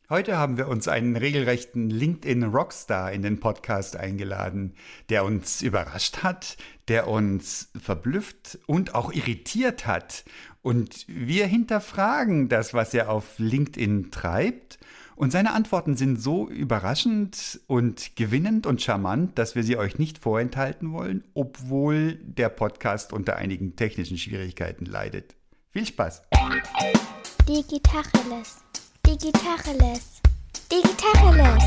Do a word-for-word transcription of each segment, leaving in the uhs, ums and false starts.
Heute haben wir uns einen regelrechten LinkedIn-Rockstar in den Podcast eingeladen, der uns überrascht hat, der uns verblüfft und auch irritiert hat. Und wir hinterfragen das, was er auf LinkedIn treibt. Und seine Antworten sind so überraschend und gewinnend und charmant, dass wir sie euch nicht vorenthalten wollen, obwohl der Podcast unter einigen technischen Schwierigkeiten leidet. Viel Spaß! Digitacheles. Digitacheles. Digitacheles.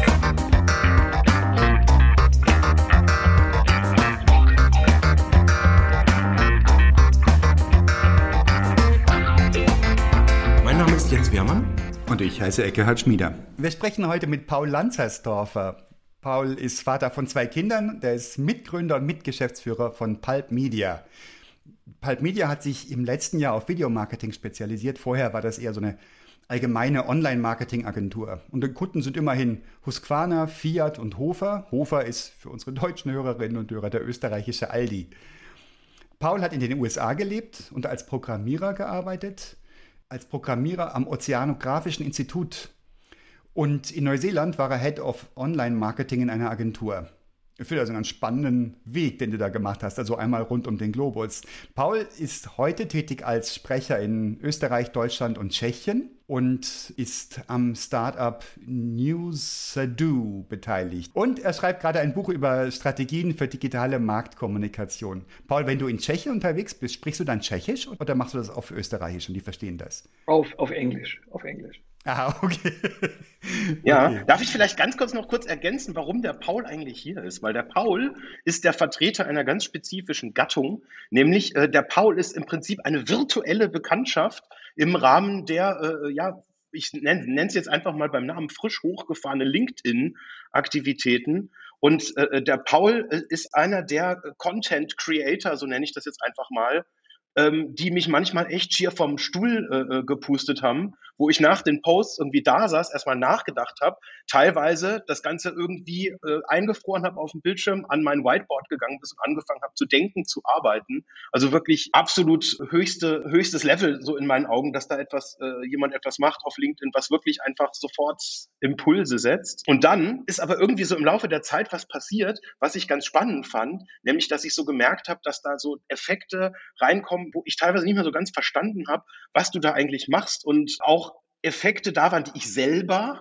Mein Name ist Jens Wehrmann. Und ich heiße Eckehard Schmieder. Wir sprechen heute mit Paul Lanzersdorfer. Paul ist Vater von zwei Kindern. Der ist Mitgründer und Mitgeschäftsführer von Pulp Media. Pulp Media hat sich im letzten Jahr auf Videomarketing spezialisiert. Vorher war das eher so eine allgemeine Online-Marketing-Agentur. Und die Kunden sind immerhin Husqvarna, Fiat und Hofer. Hofer ist für unsere deutschen Hörerinnen und Hörer der österreichische Aldi. Paul hat in den U S A gelebt und als Programmierer gearbeitet. Als Programmierer am Ozeanographischen Institut. Und in Neuseeland war er Head of Online-Marketing in einer Agentur. Ich finde also einen spannenden Weg, den du da gemacht hast, also einmal rund um den Globus. Paul ist heute tätig als Sprecher in Österreich, Deutschland und Tschechien und ist am Startup Newsado beteiligt. Und er schreibt gerade ein Buch über Strategien für digitale Marktkommunikation. Paul, wenn du in Tschechien unterwegs bist, sprichst du dann Tschechisch oder machst du das auf Österreichisch und die verstehen das? Auf, auf Englisch, auf Englisch. Ah, okay. Ja, okay. Darf ich vielleicht ganz kurz noch kurz ergänzen, warum der Paul eigentlich hier ist? Weil der Paul ist der Vertreter einer ganz spezifischen Gattung, nämlich äh, der Paul ist im Prinzip eine virtuelle Bekanntschaft im Rahmen der, äh, ja, ich nenne es jetzt einfach mal beim Namen frisch hochgefahrene LinkedIn-Aktivitäten. Und äh, der Paul äh, ist einer der Content Creator, so nenne ich das jetzt einfach mal, die mich manchmal echt schier vom Stuhl äh, gepustet haben, wo ich nach den Posts irgendwie da saß, erstmal nachgedacht habe, teilweise das Ganze irgendwie äh, eingefroren habe auf dem Bildschirm, an mein Whiteboard gegangen bin und angefangen habe zu denken, zu arbeiten. Also wirklich absolut höchste, höchstes Level so in meinen Augen, dass da etwas äh, jemand etwas macht auf LinkedIn, was wirklich einfach sofort Impulse setzt. Und dann ist aber irgendwie so im Laufe der Zeit was passiert, was ich ganz spannend fand, nämlich, dass ich so gemerkt habe, dass da so Effekte reinkommen, wo ich teilweise nicht mehr so ganz verstanden habe, was du da eigentlich machst und auch Effekte da waren, die ich selber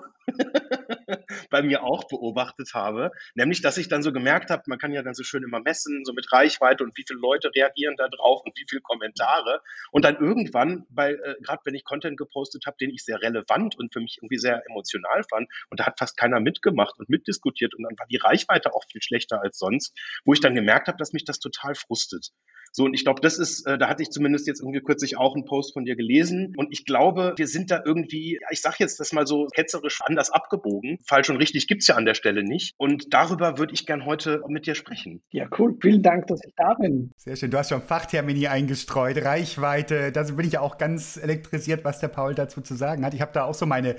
bei mir auch beobachtet habe, nämlich, dass ich dann so gemerkt habe, man kann ja dann so schön immer messen, so mit Reichweite und wie viele Leute reagieren da drauf und wie viele Kommentare und dann irgendwann, bei äh, gerade wenn ich Content gepostet habe, den ich sehr relevant und für mich irgendwie sehr emotional fand und da hat fast keiner mitgemacht und mitdiskutiert und dann war die Reichweite auch viel schlechter als sonst, wo ich dann gemerkt habe, dass mich das total frustet. So, und ich glaube, das ist, äh, da hatte ich zumindest jetzt irgendwie kürzlich auch einen Post von dir gelesen und ich glaube, wir sind da irgendwie, ich sage jetzt das mal so ketzerisch anders abgebogen. Falsch und richtig gibt's ja an der Stelle nicht. Und darüber würde ich gern heute mit dir sprechen. Ja, cool. Vielen Dank, dass ich da bin. Sehr schön. Du hast schon Fachtermini eingestreut, Reichweite. Da bin ich ja auch ganz elektrisiert, was der Paul dazu zu sagen hat. Ich habe da auch so meine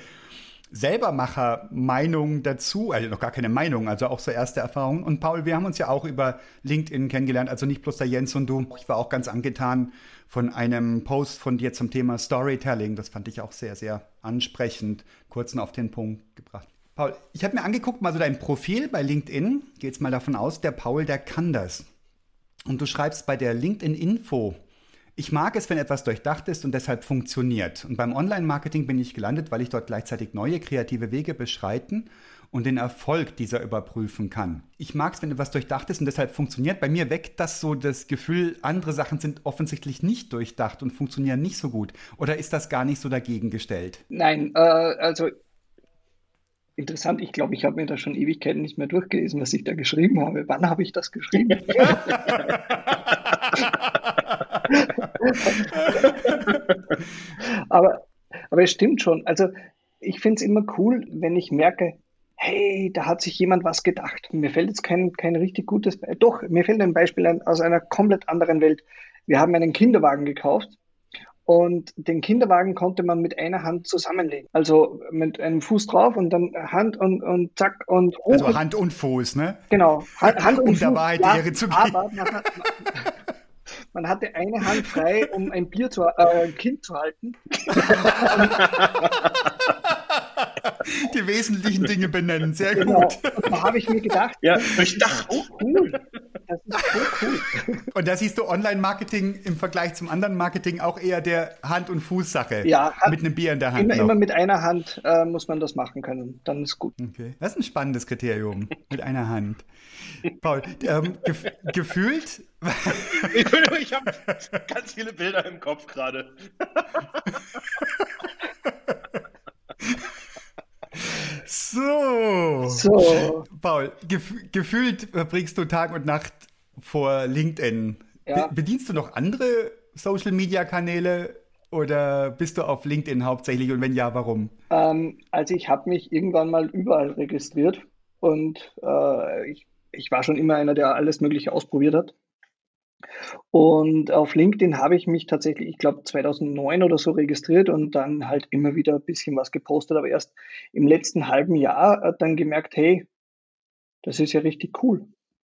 Selbermacher-Meinung dazu, also noch gar keine Meinung, also auch so erste Erfahrungen. Und Paul, wir haben uns ja auch über LinkedIn kennengelernt, also nicht bloß der Jens und du. Ich war auch ganz angetan von einem Post von dir zum Thema Storytelling. Das fand ich auch sehr, sehr ansprechend, kurz und auf den Punkt gebracht. Paul, ich habe mir angeguckt, mal so dein Profil bei LinkedIn. Geh jetzt mal davon aus, der Paul, der kann das. Und du schreibst bei der LinkedIn-Info: Ich mag es, wenn etwas durchdacht ist und deshalb funktioniert. Und beim Online-Marketing bin ich gelandet, weil ich dort gleichzeitig neue kreative Wege beschreiten und den Erfolg dieser überprüfen kann. Ich mag es, wenn etwas durchdacht ist und deshalb funktioniert. Bei mir weckt das so das Gefühl, andere Sachen sind offensichtlich nicht durchdacht und funktionieren nicht so gut. Oder ist das gar nicht so dagegen gestellt? Nein, äh, also interessant. Ich glaube, ich habe mir da schon Ewigkeiten nicht mehr durchgelesen, was ich da geschrieben habe. Wann habe ich das geschrieben? aber, aber es stimmt schon. Also ich finde es immer cool, wenn ich merke, hey, da hat sich jemand was gedacht. Mir fällt jetzt kein, kein richtig gutes Beispiel. Doch, mir fällt ein Beispiel aus einer komplett anderen Welt. Wir haben einen Kinderwagen gekauft und den Kinderwagen konnte man mit einer Hand zusammenlegen. Also mit einem Fuß drauf und dann Hand und, und zack und hoch. Also Hand und Fuß, ne? Genau, Hand, Hand und um Fuß. Um der Wahrheit die Ehre zu geben. Aber man, hat, man hatte eine Hand frei, um ein Bier zu, äh, ein Kind zu halten. Die die wesentlichen Dinge benennen. Sehr genau. gut. Und da habe ich mir gedacht, Ja, das ist durchdacht. so cool. Das ist so cool. Und da siehst du Online-Marketing im Vergleich zum anderen Marketing auch eher der Hand- und Fußsache. Ja, mit einem Bier in der Hand. Immer, noch. immer mit einer Hand äh, muss man das machen können. Dann ist gut. Okay. Das ist ein spannendes Kriterium. Mit einer Hand. Paul, ähm, gef gefühlt. Entschuldigung, ich habe ganz viele Bilder im Kopf gerade. So. So. Paul, gef gefühlt verbringst du Tag und Nacht vor LinkedIn. Ja. Be bedienst du noch andere Social-Media-Kanäle oder bist du auf LinkedIn hauptsächlich und wenn ja, warum? Ähm, also ich habe mich irgendwann mal überall registriert und äh, ich, ich war schon immer einer, der alles Mögliche ausprobiert hat. Und auf LinkedIn habe ich mich tatsächlich, ich glaube zweitausendneun oder so registriert und dann halt immer wieder ein bisschen was gepostet, aber erst im letzten halben Jahr äh, dann gemerkt, hey, das ist ja richtig cool.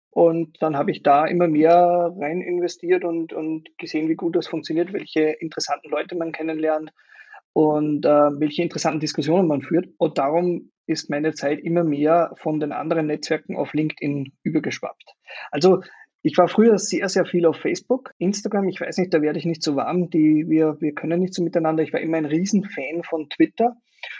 Und dann habe ich da immer mehr rein investiert und, und gesehen, wie gut das funktioniert, welche interessanten Leute man kennenlernt und äh, welche interessanten Diskussionen man führt. Und darum ist meine Zeit immer mehr von den anderen Netzwerken auf LinkedIn übergeschwappt. Also ich war früher sehr, sehr viel auf Facebook, Instagram, ich weiß nicht, da werde ich nicht so warm, die, wir, wir können nicht so miteinander. Ich war immer ein Riesenfan von Twitter.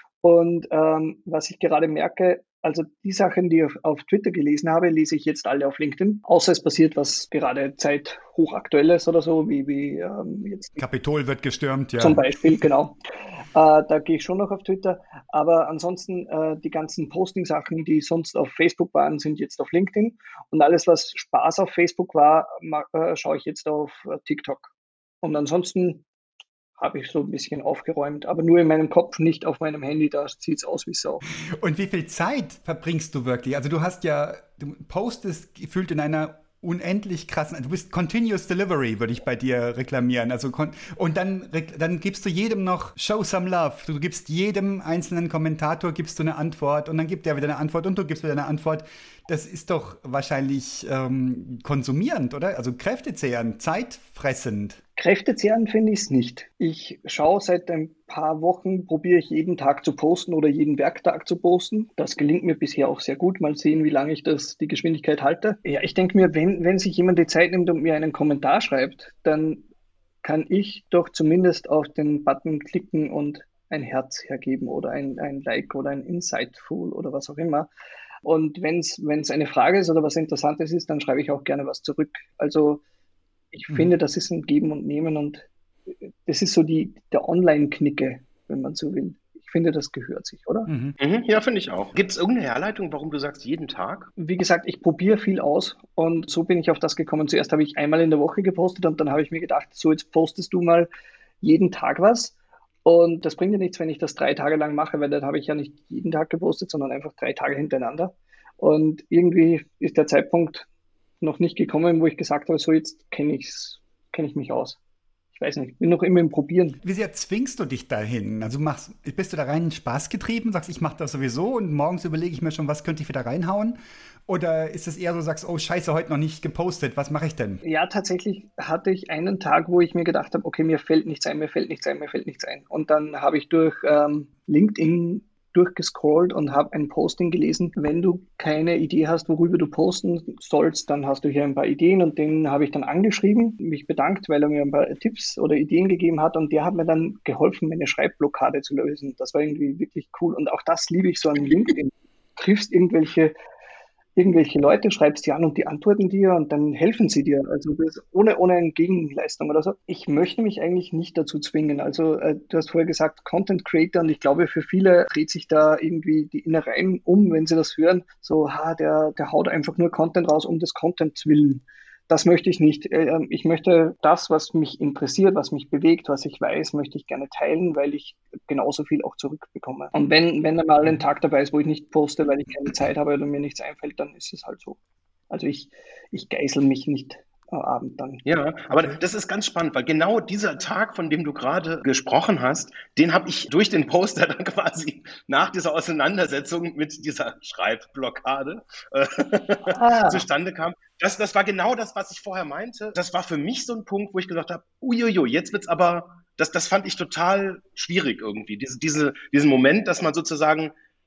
Und ähm, was ich gerade merke, also die Sachen, die ich auf, auf Twitter gelesen habe, lese ich jetzt alle auf LinkedIn. Außer es passiert was gerade Zeit hochaktuelles oder so, wie, wie ähm, jetzt. Kapitol wird gestürmt, ja. Zum Beispiel, genau. Äh, da gehe ich schon noch auf Twitter. Aber ansonsten äh, die ganzen Posting-Sachen, die sonst auf Facebook waren, sind jetzt auf LinkedIn. Und alles, was Spaß auf Facebook war, äh, schaue ich jetzt auf äh, TikTok. Und ansonsten habe ich so ein bisschen aufgeräumt, aber nur in meinem Kopf, nicht auf meinem Handy, da sieht es aus wie Sau. Und wie viel Zeit verbringst du wirklich? Also du hast ja, du postest gefühlt in einer unendlich krassen, du bist Continuous Delivery, würde ich bei dir reklamieren. Also und dann, dann gibst du jedem noch Show some love. Du gibst jedem einzelnen Kommentator gibst du eine Antwort und dann gibt er wieder eine Antwort und du gibst wieder eine Antwort. Das ist doch wahrscheinlich ähm, konsumierend, oder? Also kräftezehrend, zeitfressend. Kräftezehrend finde ich es nicht. Ich schaue seit ein paar Wochen, probiere ich jeden Tag zu posten oder jeden Werktag zu posten. Das gelingt mir bisher auch sehr gut. Mal sehen, wie lange ich das, die Geschwindigkeit halte. Ja, ich denke mir, wenn, wenn sich jemand die Zeit nimmt und mir einen Kommentar schreibt, dann kann ich doch zumindest auf den Button klicken und ein Herz hergeben oder ein, ein Like oder ein Insightful oder was auch immer. Und wenn es wenn es eine Frage ist oder was Interessantes ist, dann schreibe ich auch gerne was zurück. Also ich mhm. finde, das ist ein Geben und Nehmen und das ist so die der Online-Knicke, wenn man so will. Ich finde, das gehört sich, oder? Mhm. Mhm, ja, finde ich auch. Gibt es irgendeine Herleitung, warum du sagst, jeden Tag? Wie gesagt, ich probiere viel aus und so bin ich auf das gekommen. Zuerst habe ich einmal in der Woche gepostet und dann habe ich mir gedacht, so jetzt postest du mal jeden Tag was. Und das bringt ja nichts, wenn ich das drei Tage lang mache, weil dann habe ich ja nicht jeden Tag gepostet, sondern einfach drei Tage hintereinander. Und irgendwie ist der Zeitpunkt noch nicht gekommen, wo ich gesagt habe, so jetzt kenne ich's, kenne ich mich aus. Ich weiß nicht, bin noch immer im Probieren. Wie sehr zwingst du dich dahin? Also machst, bist du da rein Spaß getrieben, sagst, ich mache das sowieso und morgens überlege ich mir schon, was könnte ich wieder reinhauen? Oder ist es eher so, sagst, oh scheiße, heute noch nicht gepostet, was mache ich denn? Ja, tatsächlich hatte ich einen Tag, wo ich mir gedacht habe, okay, mir fällt nichts ein, mir fällt nichts ein, mir fällt nichts ein. Und dann habe ich durch ähm, LinkedIn durchgescrollt und habe ein Posting gelesen, wenn du keine Idee hast, worüber du posten sollst, dann hast du hier ein paar Ideen und den habe ich dann angeschrieben, mich bedankt, weil er mir ein paar Tipps oder Ideen gegeben hat und der hat mir dann geholfen, meine Schreibblockade zu lösen. Das war irgendwie wirklich cool und auch das liebe ich so an LinkedIn. Du triffst irgendwelche irgendwelche Leute, schreibst die an und die antworten dir und dann helfen sie dir, also das, ohne, ohne eine Gegenleistung oder so. Ich möchte mich eigentlich nicht dazu zwingen. Also äh, du hast vorher gesagt, Content Creator und ich glaube, für viele dreht sich da irgendwie die Innereien um, wenn sie das hören, so, ha, der, der haut einfach nur Content raus um des Contents willen. Das möchte ich nicht. Ich möchte das, was mich interessiert, was mich bewegt, was ich weiß, möchte ich gerne teilen, weil ich genauso viel auch zurückbekomme. Und wenn, wenn dann mal ein Tag dabei ist, wo ich nicht poste, weil ich keine Zeit habe oder mir nichts einfällt, dann ist es halt so. Also ich, ich geißel mich nicht am Abend dann. Ja, aber das ist ganz spannend, weil genau dieser Tag, von dem du gerade gesprochen hast, den habe ich durch den Poster dann quasi nach dieser Auseinandersetzung mit dieser Schreibblockade äh, ah. zustande kam. Das, das war genau das, was ich vorher meinte. Das war für mich so ein Punkt, wo ich gesagt habe, uiuiui, jetzt wird's aber, das, das fand ich total schwierig irgendwie. Diese, diese, diesen Moment, dass man sozusagen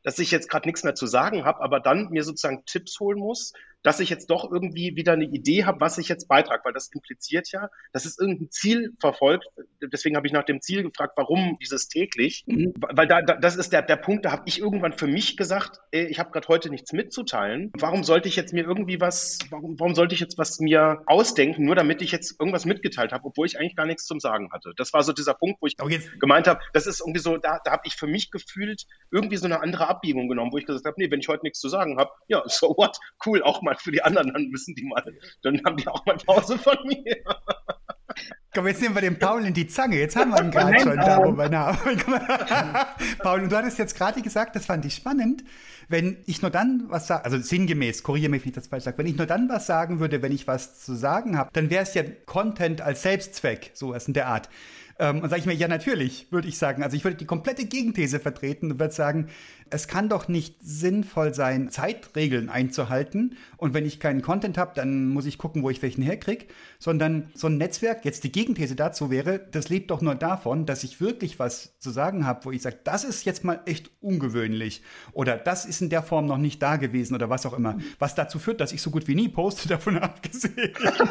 dass ich jetzt gerade nichts mehr zu sagen habe, aber dann mir sozusagen Tipps holen muss, dass ich jetzt doch irgendwie wieder eine Idee habe, was ich jetzt beitrage, weil das impliziert ja, dass es irgendein Ziel verfolgt. Deswegen habe ich nach dem Ziel gefragt, warum dieses täglich? Mhm. Weil da, da das ist der, der Punkt, da habe ich irgendwann für mich gesagt, ey, ich habe gerade heute nichts mitzuteilen. Warum sollte ich jetzt mir irgendwie was, warum, warum sollte ich jetzt was mir ausdenken, nur damit ich jetzt irgendwas mitgeteilt habe, obwohl ich eigentlich gar nichts zum Sagen hatte? Das war so dieser Punkt, wo ich oh, gemeint habe, das ist irgendwie so, da, da habe ich für mich gefühlt irgendwie so eine andere Abbiegung genommen, wo ich gesagt habe, nee, wenn ich heute nichts zu sagen habe, ja, so what, cool, auch mal für die anderen, dann müssen die mal, dann haben die auch mal Pause von mir. Komm, jetzt nehmen wir den Paul in die Zange. Jetzt haben wir ihn gerade schon da, wo wir nah. Paul, und du hattest jetzt gerade gesagt, das fand ich spannend, wenn ich nur dann was sage, also sinngemäß, korrigiere mich, wenn ich das falsch sage, wenn ich nur dann was sagen würde, wenn ich was zu sagen habe, dann wäre es ja Content als Selbstzweck, sowas in der Art. Ähm, und sage ich mir, ja natürlich, würde ich sagen. Also ich würde die komplette Gegenthese vertreten und würde sagen, es kann doch nicht sinnvoll sein, Zeitregeln einzuhalten. Und wenn ich keinen Content habe, dann muss ich gucken, wo ich welchen herkriege. Sondern so ein Netzwerk, jetzt die Gegenthese dazu wäre, das lebt doch nur davon, dass ich wirklich was zu sagen habe, wo ich sage, das ist jetzt mal echt ungewöhnlich. Oder das ist in der Form noch nicht da gewesen oder was auch immer. Was dazu führt, dass ich so gut wie nie poste, davon abgesehen.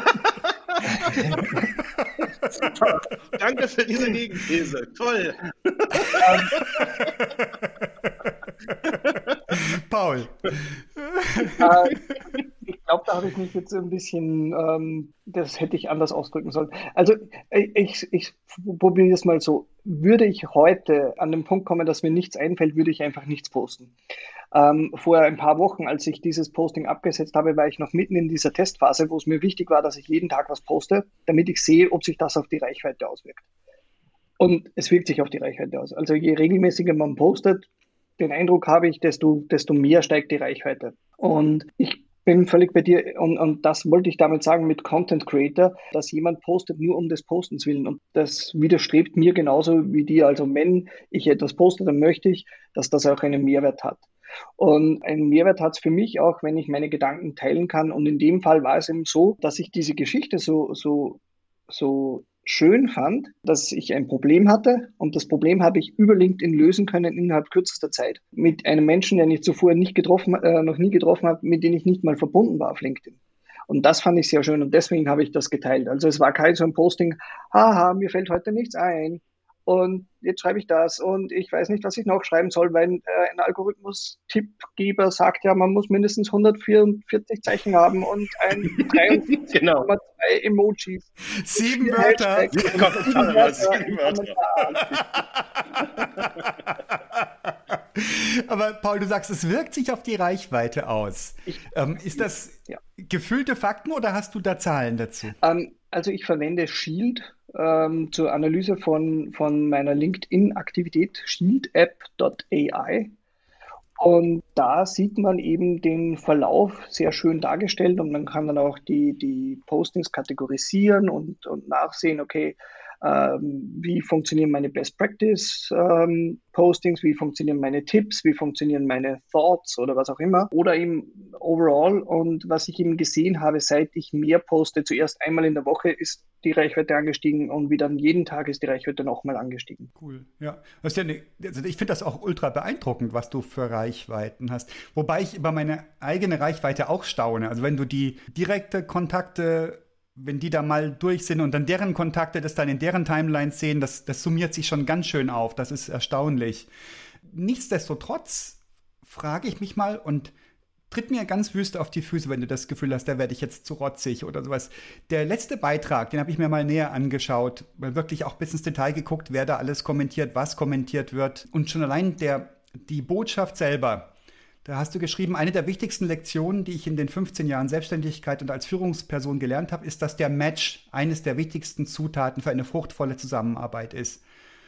Super. Danke für diese Gegenthese. Toll. Paul. Äh, ich glaube, da habe ich mich jetzt ein bisschen, ähm, das hätte ich anders ausdrücken sollen. Also ich, ich probiere es mal so. Würde ich heute an den Punkt kommen, dass mir nichts einfällt, würde ich einfach nichts posten. Ähm, vor ein paar Wochen, als ich dieses Posting abgesetzt habe, war ich noch mitten in dieser Testphase, wo es mir wichtig war, dass ich jeden Tag was poste, damit ich sehe, ob sich das auf die Reichweite auswirkt. Und es wirkt sich auf die Reichweite aus. Also je regelmäßiger man postet, den Eindruck habe ich, desto, desto mehr steigt die Reichweite. Und ich bin völlig bei dir und, und das wollte ich damit sagen mit Content Creator, dass jemand postet nur um des Postens willen und das widerstrebt mir genauso wie dir. Also wenn ich etwas poste, dann möchte ich, dass das auch einen Mehrwert hat. Und einen Mehrwert hat es für mich auch, wenn ich meine Gedanken teilen kann. Und in dem Fall war es eben so, dass ich diese Geschichte so, so, so schön fand, dass ich ein Problem hatte und das Problem habe ich über LinkedIn lösen können innerhalb kürzester Zeit. Mit einem Menschen, den ich zuvor nicht getroffen, äh, noch nie getroffen habe, mit dem ich nicht mal verbunden war auf LinkedIn. Und das fand ich sehr schön und deswegen habe ich das geteilt. Also es war kein so ein Posting, haha, mir fällt heute nichts ein und jetzt schreibe ich das und ich weiß nicht, was ich noch schreiben soll, weil äh, ein Algorithmus-Tippgeber sagt ja, man muss mindestens hundertvierundvierzig Zeichen haben und ein dreiundvierzig Komma zwei genau. Emojis. Sieben Wörter. Sieben Kommentare. Sieben Wörter. Aber Paul, du sagst, es wirkt sich auf die Reichweite aus. Ich, ähm, ist das ja. gefühlte Fakten oder hast du da Zahlen dazu? Ähm, also ich verwende Shield ähm, zur Analyse von, von meiner LinkedIn-Aktivität, shield app Punkt a i. Und da sieht man eben den Verlauf sehr schön dargestellt und man kann dann auch die, die Postings kategorisieren und, und nachsehen, okay, ähm, wie funktionieren meine Best Practice ähm, Postings, wie funktionieren meine Tipps, wie funktionieren meine Thoughts oder was auch immer oder eben overall. Und was ich eben gesehen habe, seit ich mehr poste, zuerst einmal in der Woche ist die Reichweite angestiegen und wieder jeden Tag ist die Reichweite nochmal angestiegen. Cool, ja. Das ist ja eine, also ich finde das auch ultra beeindruckend, was du für Reichweiten hast. Wobei ich über meine eigene Reichweite auch staune. Also wenn du die direkte Kontakte, wenn die da mal durch sind und dann deren Kontakte das dann in deren Timelines sehen, das, das summiert sich schon ganz schön auf. Das ist erstaunlich. Nichtsdestotrotz frage ich mich mal und tritt mir ganz wüst auf die Füße, wenn du das Gefühl hast, da werde ich jetzt zu rotzig oder sowas. Der letzte Beitrag, den habe ich mir mal näher angeschaut, weil wirklich auch bis ins Detail geguckt, wer da alles kommentiert, was kommentiert wird. Und schon allein der, die Botschaft selber, da hast du geschrieben, eine der wichtigsten Lektionen, die ich in den fünfzehn Jahren Selbstständigkeit und als Führungsperson gelernt habe, ist, dass der Match eines der wichtigsten Zutaten für eine fruchtvolle Zusammenarbeit ist.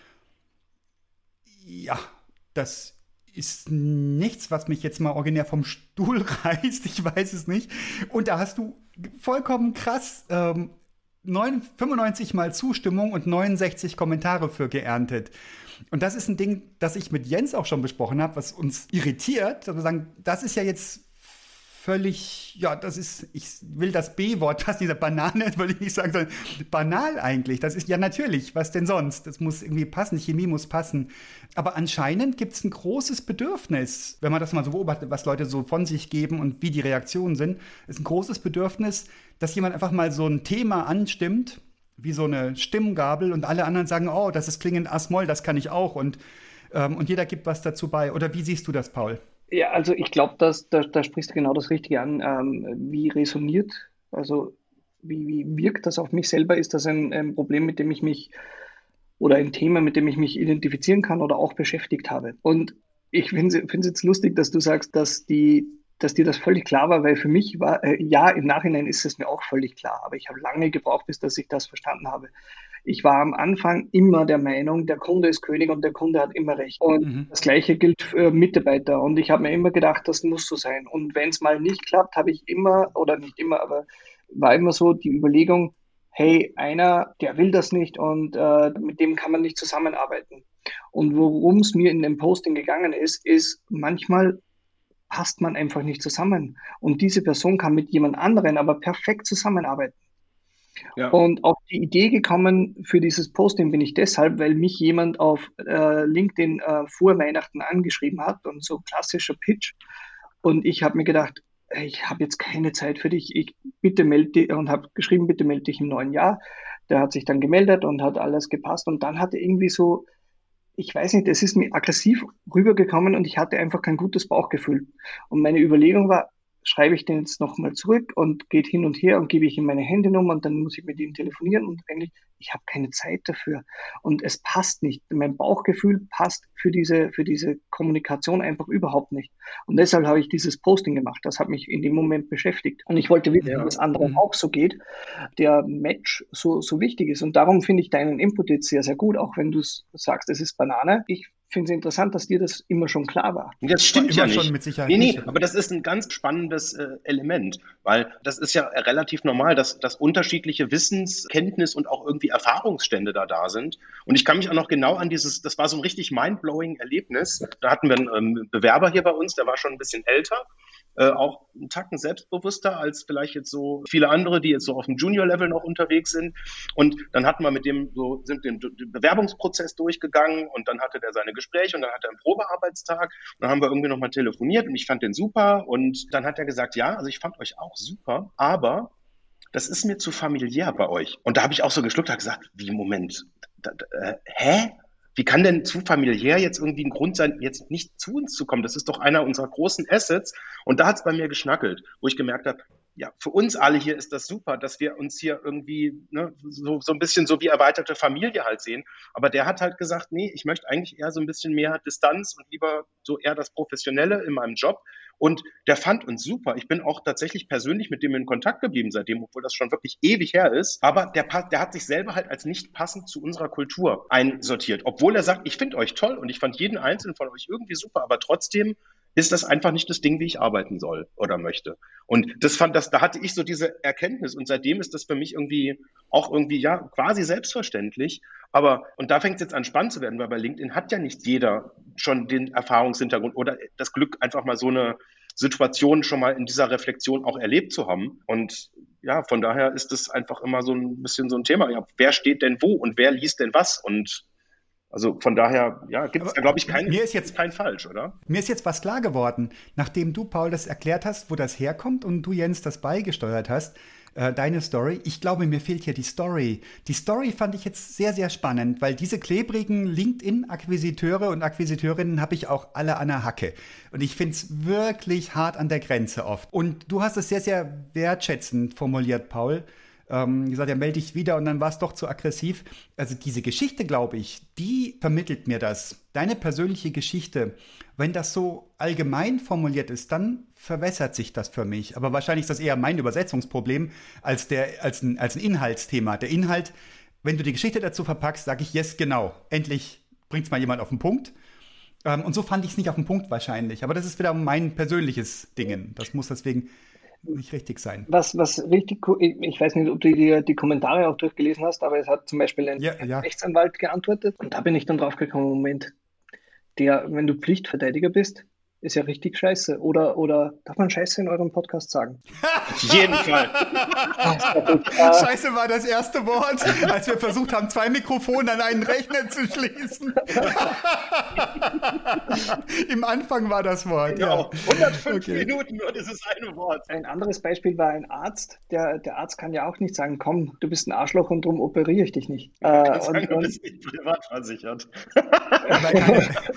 Ja, das ist nichts, was mich jetzt mal originär vom Stuhl reißt, ich weiß es nicht. Und da hast du vollkommen krass ähm, fünfundneunzig Mal Zustimmung und neunundsechzig Kommentare für geerntet. Und das ist ein Ding, das ich mit Jens auch schon besprochen habe, was uns irritiert. Also sagen, das ist ja jetzt völlig, ja, das ist, ich will das B-Wort, das dieser Banane, wollte ich nicht sagen, sondern banal eigentlich. Das ist ja natürlich, was denn sonst? Das muss irgendwie passen, Chemie muss passen. Aber anscheinend gibt es ein großes Bedürfnis, wenn man das mal so beobachtet, was Leute so von sich geben und wie die Reaktionen sind, ist ein großes Bedürfnis, dass jemand einfach mal so ein Thema anstimmt, wie so eine Stimmgabel und alle anderen sagen, oh, das ist klingend As-Moll, das kann ich auch und, ähm, und jeder gibt was dazu bei. Oder wie siehst du das, Paul? Ja, also ich glaube, dass da, da sprichst du genau das Richtige an. Ähm, wie resoniert, also wie, wie wirkt das auf mich selber? Ist das ein, ein Problem, mit dem ich mich oder ein Thema, mit dem ich mich identifizieren kann oder auch beschäftigt habe? Und ich finde es jetzt lustig, dass du sagst, dass die, dass dir das völlig klar war, weil für mich war, äh, ja, im Nachhinein ist es mir auch völlig klar, aber ich habe lange gebraucht, bis dass ich das verstanden habe. Ich war am Anfang immer der Meinung, der Kunde ist König und der Kunde hat immer recht. Und mhm. das Gleiche gilt für Mitarbeiter. Und ich habe mir immer gedacht, das muss so sein. Und wenn es mal nicht klappt, habe ich immer, oder nicht immer, aber war immer so die Überlegung, hey, einer, der will das nicht und äh, mit dem kann man nicht zusammenarbeiten. Und worum es mir in dem Posting gegangen ist, ist manchmal passt man einfach nicht zusammen. Und diese Person kann mit jemand anderen aber perfekt zusammenarbeiten. Ja. Und auf die Idee gekommen für dieses Posting bin ich deshalb, weil mich jemand auf äh, LinkedIn äh, vor Weihnachten angeschrieben hat und so klassischer Pitch. Und ich habe mir gedacht, ich habe jetzt keine Zeit für dich, ich bitte melde dich und habe geschrieben, bitte melde dich im neuen Jahr. Der hat sich dann gemeldet und hat alles gepasst und dann hatte irgendwie so, ich weiß nicht, es ist mir aggressiv rübergekommen und ich hatte einfach kein gutes Bauchgefühl. Und meine Überlegung war, schreibe ich den jetzt nochmal zurück und geht hin und her und gebe ich ihm meine Handynummer und dann muss ich mit ihm telefonieren und eigentlich, ich habe keine Zeit dafür und es passt nicht. Mein Bauchgefühl passt für diese, für diese Kommunikation einfach überhaupt nicht. Und deshalb habe ich dieses Posting gemacht. Das hat mich in dem Moment beschäftigt. Und ich wollte wissen, ja. ob es anderen auch so geht, der Match so, so wichtig ist. Und darum finde ich deinen Input jetzt sehr, sehr gut, auch wenn du sagst, es ist Banane. Ich finde es interessant, dass dir das immer schon klar war. Das stimmt ja nicht. Schon mit Sicherheit nee, nee, nicht. aber das ist ein ganz spannendes äh, Element, weil das ist ja relativ normal, dass, dass unterschiedliche Wissens-, Kenntnis- und auch irgendwie Erfahrungsstände da da sind. Und ich kann mich auch noch genau an dieses, das war so ein richtig mindblowing Erlebnis. Da hatten wir einen ähm, Bewerber hier bei uns, der war schon ein bisschen älter, äh, auch einen Tacken selbstbewusster als vielleicht jetzt so viele andere, die jetzt so auf dem Junior-Level noch unterwegs sind. Und dann hatten wir mit dem so, sind den, den Bewerbungsprozess durchgegangen und dann hatte der seine Gespräche und dann hatte er einen Probearbeitstag und dann haben wir irgendwie nochmal telefoniert und ich fand den super und dann hat er gesagt, ja, also ich fand euch auch super, aber das ist mir zu familiär bei euch. Und da habe ich auch so geschluckt, habe gesagt, wie, Moment, da, da, äh, hä? Wie kann denn zu familiär jetzt irgendwie ein Grund sein, jetzt nicht zu uns zu kommen? Das ist doch einer unserer großen Assets. Und da hat es bei mir geschnackelt, wo ich gemerkt habe, ja, für uns alle hier ist das super, dass wir uns hier irgendwie ne, so, so ein bisschen so wie erweiterte Familie halt sehen. Aber der hat halt gesagt, nee, ich möchte eigentlich eher so ein bisschen mehr Distanz und lieber so eher das Professionelle in meinem Job. Und der fand uns super. Ich bin auch tatsächlich persönlich mit dem in Kontakt geblieben seitdem, obwohl das schon wirklich ewig her ist. Aber der, der hat sich selber halt als nicht passend zu unserer Kultur einsortiert. Obwohl er sagt, ich finde euch toll und ich fand jeden einzelnen von euch irgendwie super, aber trotzdem ist das einfach nicht das Ding, wie ich arbeiten soll oder möchte. Und das fand das, da hatte ich so diese Erkenntnis und seitdem ist das für mich irgendwie auch irgendwie, ja, quasi selbstverständlich. Aber, und da fängt es jetzt an spannend zu werden, weil bei LinkedIn hat ja nicht jeder schon den Erfahrungshintergrund oder das Glück, einfach mal so eine Situation schon mal in dieser Reflexion auch erlebt zu haben. Und ja, von daher ist es einfach immer so ein bisschen so ein Thema. Ja, wer steht denn wo und wer liest denn was? Und also von daher, ja, gibt es da, glaube ich, kein, mir ist jetzt, kein Falsch, oder? Mir ist jetzt was klar geworden, nachdem du, Paul, das erklärt hast, wo das herkommt und du, Jens, das beigesteuert hast, äh, deine Story. Ich glaube, mir fehlt hier die Story. Die Story fand ich jetzt sehr, sehr spannend, weil diese klebrigen LinkedIn-Akquisiteure und Akquisiteurinnen habe ich auch alle an der Hacke. Und ich finde es wirklich hart an der Grenze oft. Und du hast es sehr, sehr wertschätzend formuliert, Paul. Ähm, gesagt, ja, melde dich wieder und dann war es doch zu aggressiv. Also diese Geschichte, glaube ich, die vermittelt mir das. Deine persönliche Geschichte, wenn das so allgemein formuliert ist, dann verwässert sich das für mich. Aber wahrscheinlich ist das eher mein Übersetzungsproblem als, der, als, ein, als ein Inhaltsthema. Der Inhalt, wenn du die Geschichte dazu verpackst, sage ich, yes, genau, endlich bringt es mal jemand auf den Punkt. Ähm, und so fand ich es nicht auf den Punkt wahrscheinlich. Aber das ist wieder mein persönliches Ding. Das muss deswegen nicht richtig sein. Was, was richtig cool, ich, ich weiß nicht, ob du dir die Kommentare auch durchgelesen hast, aber es hat zum Beispiel ein, ja, ein ja. Rechtsanwalt geantwortet und da bin ich dann drauf gekommen, Moment, der, wenn du Pflichtverteidiger bist, ist ja richtig scheiße. Oder, oder darf man Scheiße in eurem Podcast sagen? Auf jeden Fall. Scheiße war das erste Wort, als wir versucht haben, zwei Mikrofone an einen Rechner zu schließen. Im Anfang war das Wort. Genau, Ja. hundertfünf Okay. Minuten nur dieses eine Wort. Ein anderes Beispiel war ein Arzt. Der, der Arzt kann ja auch nicht sagen, komm, du bist ein Arschloch und darum operiere ich dich nicht. Äh, Das und, sagen, du und, bist nicht privat versichert. Aber er,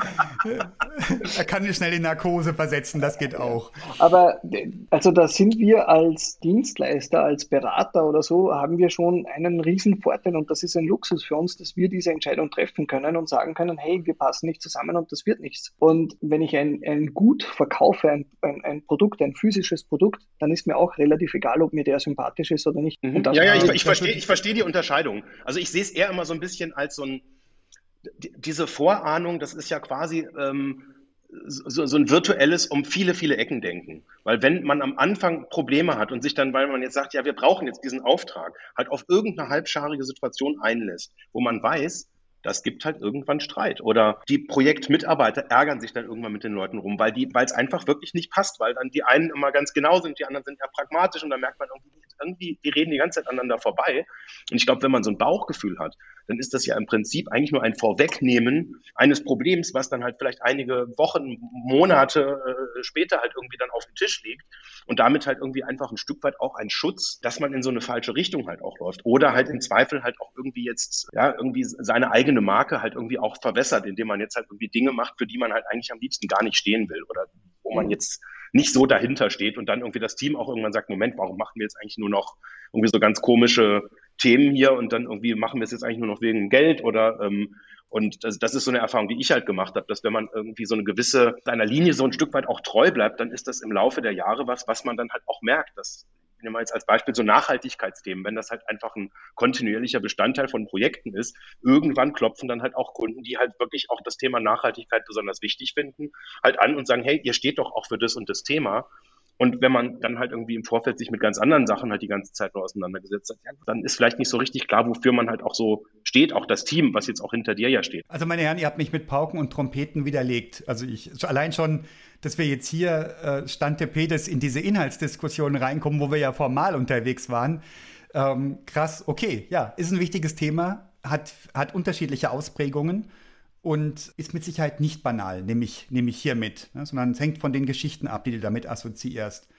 kann, er kann dich schnell in Narkose versetzen, das geht auch. aber also da sind wir als Dienstleister, als Berater oder so, haben wir schon einen riesen Vorteil und das ist ein Luxus für uns, dass wir diese Entscheidung treffen können und sagen können, hey, wir passen nicht zusammen und das wird nichts. Und wenn ich ein, ein Gut verkaufe, ein, ein, ein Produkt, ein physisches Produkt, dann ist mir auch relativ egal, ob mir der sympathisch ist oder nicht. Mhm. Und das Ja, ja, ich, war- ich verstehe ich verstehe die Unterscheidung. Also ich sehe es eher immer so ein bisschen als so ein, die- diese Vorahnung, das ist ja quasi ähm, so, so ein virtuelles um viele, viele Ecken denken. Weil wenn man am Anfang Probleme hat und sich dann, weil man jetzt sagt, ja, wir brauchen jetzt diesen Auftrag, halt auf irgendeine halbscharige Situation einlässt, wo man weiß, das gibt halt irgendwann Streit. Oder die Projektmitarbeiter ärgern sich dann irgendwann mit den Leuten rum, weil die, weil es einfach wirklich nicht passt, weil dann die einen immer ganz genau sind, die anderen sind eher pragmatisch und dann merkt man irgendwie, irgendwie, die reden die ganze Zeit aneinander vorbei. Und ich glaube, wenn man so ein Bauchgefühl hat, dann ist das ja im Prinzip eigentlich nur ein Vorwegnehmen eines Problems, was dann halt vielleicht einige Wochen, Monate äh, später halt irgendwie dann auf dem Tisch liegt und damit halt irgendwie einfach ein Stück weit auch ein Schutz, dass man in so eine falsche Richtung halt auch läuft oder halt im Zweifel halt auch irgendwie jetzt, ja, irgendwie seine eigene Marke halt irgendwie auch verwässert, indem man jetzt halt irgendwie Dinge macht, für die man halt eigentlich am liebsten gar nicht stehen will oder wo man jetzt nicht so dahinter steht und dann irgendwie das Team auch irgendwann sagt, Moment, warum machen wir jetzt eigentlich nur noch irgendwie so ganz komische Themen hier und dann irgendwie machen wir es jetzt eigentlich nur noch wegen Geld oder ähm, und das, das ist so eine Erfahrung, die ich halt gemacht habe, dass wenn man irgendwie so eine gewisse, seiner Linie so ein Stück weit auch treu bleibt, dann ist das im Laufe der Jahre was, was man dann halt auch merkt, dass ich nehme mal jetzt als Beispiel so Nachhaltigkeitsthemen, wenn das halt einfach ein kontinuierlicher Bestandteil von Projekten ist, irgendwann klopfen dann halt auch Kunden, die halt wirklich auch das Thema Nachhaltigkeit besonders wichtig finden, halt an und sagen, hey, ihr steht doch auch für das und das Thema. Und wenn man dann halt irgendwie im Vorfeld sich mit ganz anderen Sachen halt die ganze Zeit nur auseinandergesetzt hat, ja, dann ist vielleicht nicht so richtig klar, wofür man halt auch so steht, auch das Team, was jetzt auch hinter dir ja steht. Also meine Herren, ihr habt mich mit Pauken und Trompeten widerlegt. Also ich allein schon, dass wir jetzt hier äh, Stand der Pedes in diese Inhaltsdiskussion reinkommen, wo wir ja formal unterwegs waren. Ähm, krass, okay, ja, ist ein wichtiges Thema, hat, hat unterschiedliche Ausprägungen und ist mit Sicherheit nicht banal, nehme ich, nehme ich hiermit, ne, sondern es hängt von den Geschichten ab, die du damit assoziierst.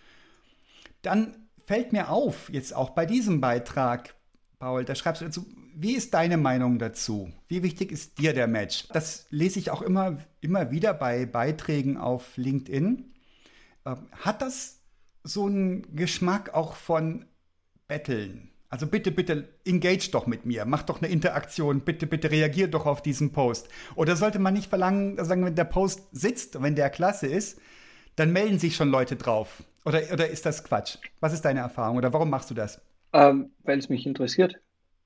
Dann fällt mir auf, jetzt auch bei diesem Beitrag, Paul, da schreibst du dazu, wie ist deine Meinung dazu? Wie wichtig ist dir der Match? Das lese ich auch immer, immer wieder bei Beiträgen auf LinkedIn. Ähm, hat das so einen Geschmack auch von Betteln? Also bitte, bitte engage doch mit mir, mach doch eine Interaktion, bitte, bitte reagier doch auf diesen Post. Oder sollte man nicht verlangen, sagen, wenn der Post sitzt, wenn der klasse ist, dann melden sich schon Leute drauf. Oder, oder ist das Quatsch? Was ist deine Erfahrung oder warum machst du das? Ähm, weil es mich interessiert.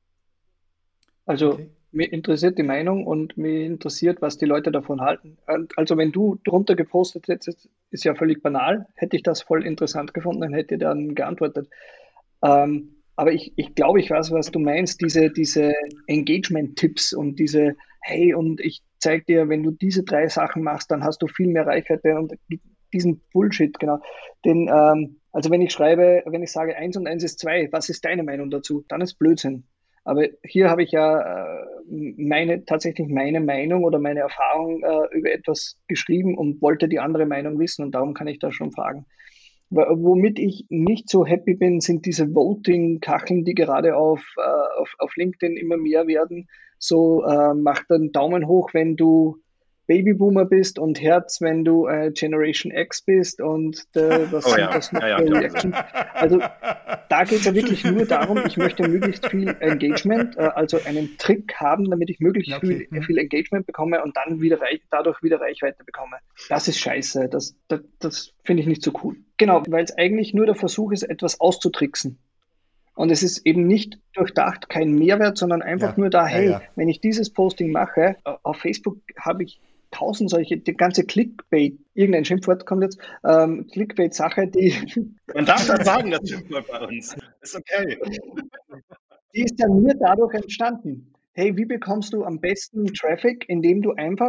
Also Okay. mir interessiert die Meinung und mir interessiert, was die Leute davon halten. Und also wenn du drunter gepostet hättest, ist ja völlig banal, hätte ich das voll interessant gefunden, dann hätte ich dann geantwortet. Ähm, aber ich, ich glaube, ich weiß, was du meinst, diese, diese Engagement-Tipps und diese, hey, und ich zeige dir, wenn du diese drei Sachen machst, dann hast du viel mehr Reichweite und diesen Bullshit, genau. Den, ähm, also wenn ich schreibe, wenn ich sage, eins und eins ist zwei, was ist deine Meinung dazu? Dann ist Blödsinn. Aber hier habe ich ja äh, meine, tatsächlich meine Meinung oder meine Erfahrung äh, über etwas geschrieben und wollte die andere Meinung wissen und darum kann ich da schon fragen. Womit ich nicht so happy bin, sind diese Voting-Kacheln, die gerade auf, äh, auf, auf LinkedIn immer mehr werden. So, äh, mach einen Daumen hoch, wenn du Babyboomer bist und Herz, wenn du äh, Generation X bist und äh, was Oh sind ja, das noch ja, ja, für klar. Reactions? Also da geht es ja wirklich nur darum, ich möchte möglichst viel Engagement, äh, also einen Trick haben, damit ich möglichst Ja, okay. viel, Mhm. viel Engagement bekomme und dann wieder reich, dadurch wieder Reichweite bekomme. Das ist scheiße, das, das, das finde ich nicht so cool. Genau, weil es eigentlich nur der Versuch ist, etwas auszutricksen. Und es ist eben nicht durchdacht, kein Mehrwert, sondern einfach Ja, nur da, ja, hey, ja. wenn ich dieses Posting mache, äh, auf Facebook habe ich tausend solche, die ganze Clickbait, irgendein Schimpfwort kommt jetzt, ähm, Clickbait-Sache, die, Man darf das sagen, das stimmt mal bei uns. Ist okay. die ist ja nur dadurch entstanden. Hey, wie bekommst du am besten Traffic, indem du einfach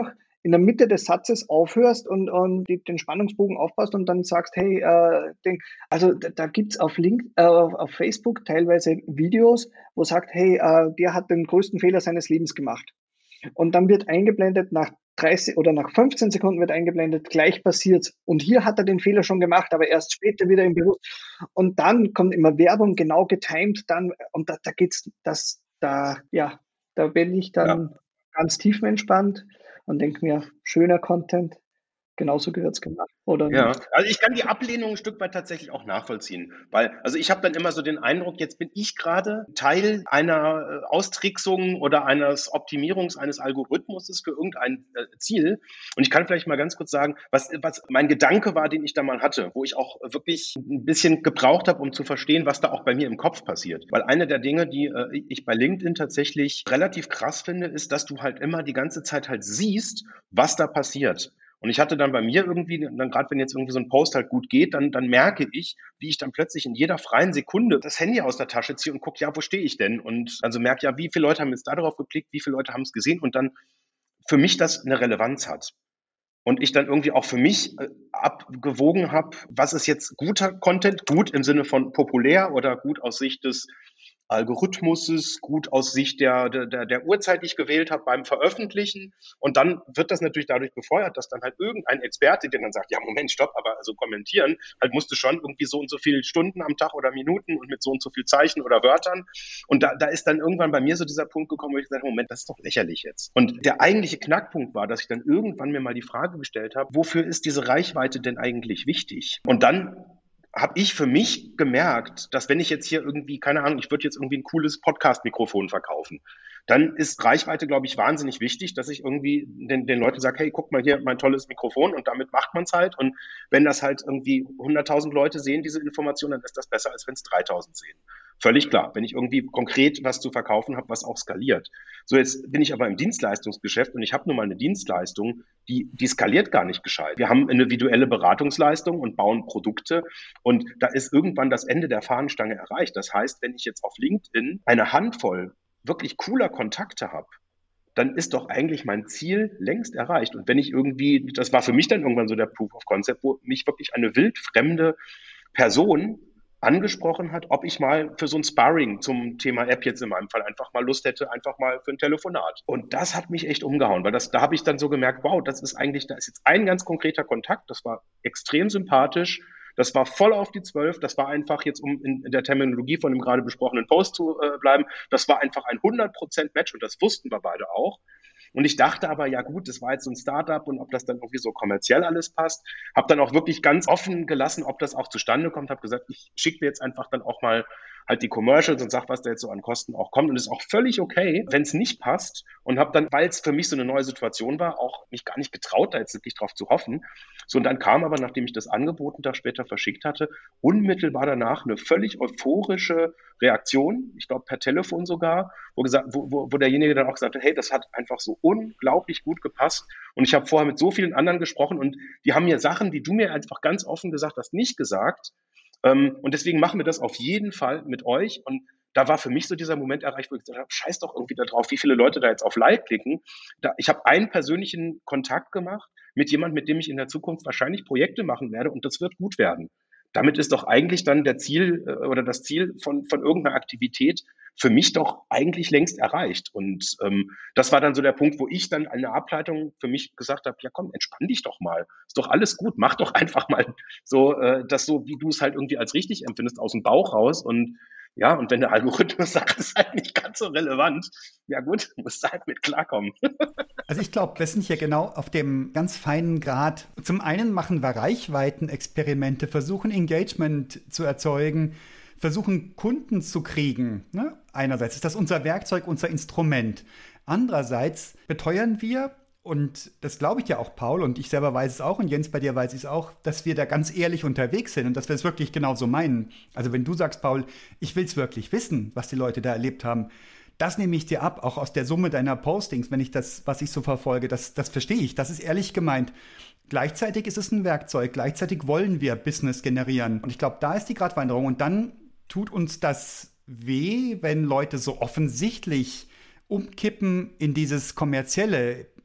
in der Mitte des Satzes aufhörst und, und die, den Spannungsbogen aufbaust und dann sagst, hey, äh, den, also da, da gibt's auf Link, äh, auf, auf Facebook teilweise Videos, wo sagt, hey, äh, der hat den größten Fehler seines Lebens gemacht. Und dann wird eingeblendet, nach dreißig oder nach fünfzehn Sekunden wird eingeblendet, gleich passiert's. Und hier hat er den Fehler schon gemacht, aber erst später wieder im Bewusstsein. Und dann kommt immer Werbung, genau getimed, dann, und da, da geht's, das, da, ja, da bin ich dann ja. ganz tiefenentspannt und denke mir, schöner Content, genauso gehört's gemacht, oder ja, nicht? also ich kann die Ablehnung ein Stück weit tatsächlich auch nachvollziehen, weil, also ich habe dann immer so den Eindruck, jetzt bin ich gerade Teil einer äh, Austricksung oder eines Optimierungs eines Algorithmuses für irgendein äh, Ziel. Und ich kann vielleicht mal ganz kurz sagen, was, was mein Gedanke war, den ich da mal hatte, wo ich auch wirklich ein bisschen gebraucht habe, um zu verstehen, was da auch bei mir im Kopf passiert. Weil eine der Dinge, die äh, ich bei LinkedIn tatsächlich relativ krass finde, ist, dass du halt immer die ganze Zeit halt siehst, was da passiert. Und ich hatte dann bei mir irgendwie, dann gerade wenn jetzt irgendwie so ein Post halt gut geht, dann, dann merke ich, wie ich dann plötzlich in jeder freien Sekunde das Handy aus der Tasche ziehe und gucke, ja, wo stehe ich denn? Und also merke, ja, wie viele Leute haben jetzt da drauf geklickt, wie viele Leute haben es gesehen und dann für mich das eine Relevanz hat. Und ich dann irgendwie auch für mich äh, abgewogen habe, was ist jetzt guter Content, gut im Sinne von populär oder gut aus Sicht des Algorithmus ist, gut aus Sicht der, der, der Uhrzeit, die ich gewählt habe beim Veröffentlichen. Und dann wird das natürlich dadurch befeuert, dass dann halt irgendein Experte, der dann sagt, ja, Moment, stopp, aber also kommentieren, halt musste schon irgendwie so und so viele Stunden am Tag oder Minuten und mit so und so viel Zeichen oder Wörtern. Und da, da ist dann irgendwann bei mir so dieser Punkt gekommen, wo ich gesagt habe, Moment, das ist doch lächerlich jetzt. Und der eigentliche Knackpunkt war, dass ich dann irgendwann mir mal die Frage gestellt habe, wofür ist diese Reichweite denn eigentlich wichtig? Und dann habe ich für mich gemerkt, dass wenn ich jetzt hier irgendwie, keine Ahnung, ich würde jetzt irgendwie ein cooles Podcast-Mikrofon verkaufen, dann ist Reichweite, glaube ich, wahnsinnig wichtig, dass ich irgendwie den, den Leuten sage, hey, guck mal hier, mein tolles Mikrofon und damit macht man es halt. Und wenn das halt irgendwie hunderttausend Leute sehen, diese Information, dann ist das besser, als wenn es dreitausend sehen. Völlig klar, wenn ich irgendwie konkret was zu verkaufen habe, was auch skaliert. So, jetzt bin ich aber im Dienstleistungsgeschäft und ich habe nun mal eine Dienstleistung, die, die skaliert gar nicht gescheit. Wir haben eine individuelle Beratungsleistung und bauen Produkte und da ist irgendwann das Ende der Fahnenstange erreicht. Das heißt, wenn ich jetzt auf LinkedIn eine Handvoll wirklich cooler Kontakte habe, dann ist doch eigentlich mein Ziel längst erreicht. Und wenn ich irgendwie, das war für mich dann irgendwann so der Proof of Concept, wo mich wirklich eine wildfremde Person angesprochen hat, ob ich mal für so ein Sparring zum Thema App jetzt in meinem Fall einfach mal Lust hätte, einfach mal für ein Telefonat. Und das hat mich echt umgehauen, weil das, da habe ich dann so gemerkt, wow, das ist eigentlich, da ist jetzt ein ganz konkreter Kontakt, das war extrem sympathisch, das war voll auf die Zwölf, das war einfach jetzt, um in, in der Terminologie von dem gerade besprochenen Post zu äh, bleiben, das war einfach ein hundert Prozent Match und das wussten wir beide auch. Und ich dachte aber, ja gut, das war jetzt so ein Startup und ob das dann irgendwie so kommerziell alles passt. Habe dann auch wirklich ganz offen gelassen, ob das auch zustande kommt. Habe gesagt, ich schicke mir jetzt einfach dann auch mal halt die Commercials und sag, was da jetzt so an Kosten auch kommt. Und es ist auch völlig okay, wenn es nicht passt. Und habe dann, weil es für mich so eine neue Situation war, auch mich gar nicht getraut, da jetzt wirklich drauf zu hoffen. So, und dann kam aber, nachdem ich das Angebot einen Tag später verschickt hatte, unmittelbar danach eine völlig euphorische Reaktion, ich glaube per Telefon sogar, wo, gesagt, wo, wo, wo derjenige dann auch gesagt hat, hey, das hat einfach so unglaublich gut gepasst. Und ich habe vorher mit so vielen anderen gesprochen und die haben mir Sachen, die du mir einfach ganz offen gesagt hast, nicht gesagt. Und deswegen machen wir das auf jeden Fall mit euch. Und da war für mich so dieser Moment erreicht, wo ich gesagt habe, scheiß doch irgendwie da drauf, wie viele Leute da jetzt auf Like klicken. Da, ich habe einen persönlichen Kontakt gemacht mit jemandem, mit dem ich in der Zukunft wahrscheinlich Projekte machen werde und das wird gut werden. Damit ist doch eigentlich dann der Ziel äh, oder das Ziel von, von irgendeiner Aktivität für mich doch eigentlich längst erreicht. Und ähm, das war dann so der Punkt, wo ich dann eine Ableitung für mich gesagt habe, ja komm, entspann dich doch mal. Ist doch alles gut, mach doch einfach mal so, äh, das so, wie du es halt irgendwie als richtig empfindest, aus dem Bauch raus. Und ja, und wenn der Algorithmus sagt, das ist halt nicht ganz so relevant, ja gut, musst du halt mit klarkommen. Also ich glaube, wir sind hier genau auf dem ganz feinen Grad. Zum einen machen wir Reichweitenexperimente, versuchen Engagement zu erzeugen, versuchen Kunden zu kriegen. Ne? Einerseits ist das unser Werkzeug, unser Instrument. Andererseits beteuern wir, und das glaube ich ja auch, Paul, und ich selber weiß es auch, und Jens, bei dir weiß ich es auch, dass wir da ganz ehrlich unterwegs sind und dass wir es wirklich genauso meinen. Also wenn du sagst, Paul, ich will es wirklich wissen, was die Leute da erlebt haben, das nehme ich dir ab, auch aus der Summe deiner Postings, wenn ich das, was ich so verfolge, das, das verstehe ich, das ist ehrlich gemeint. Gleichzeitig ist es ein Werkzeug, gleichzeitig wollen wir Business generieren. Und ich glaube, da ist die Gratwanderung. Und dann tut uns das weh, wenn Leute so offensichtlich umkippen in dieses Kommerzielle,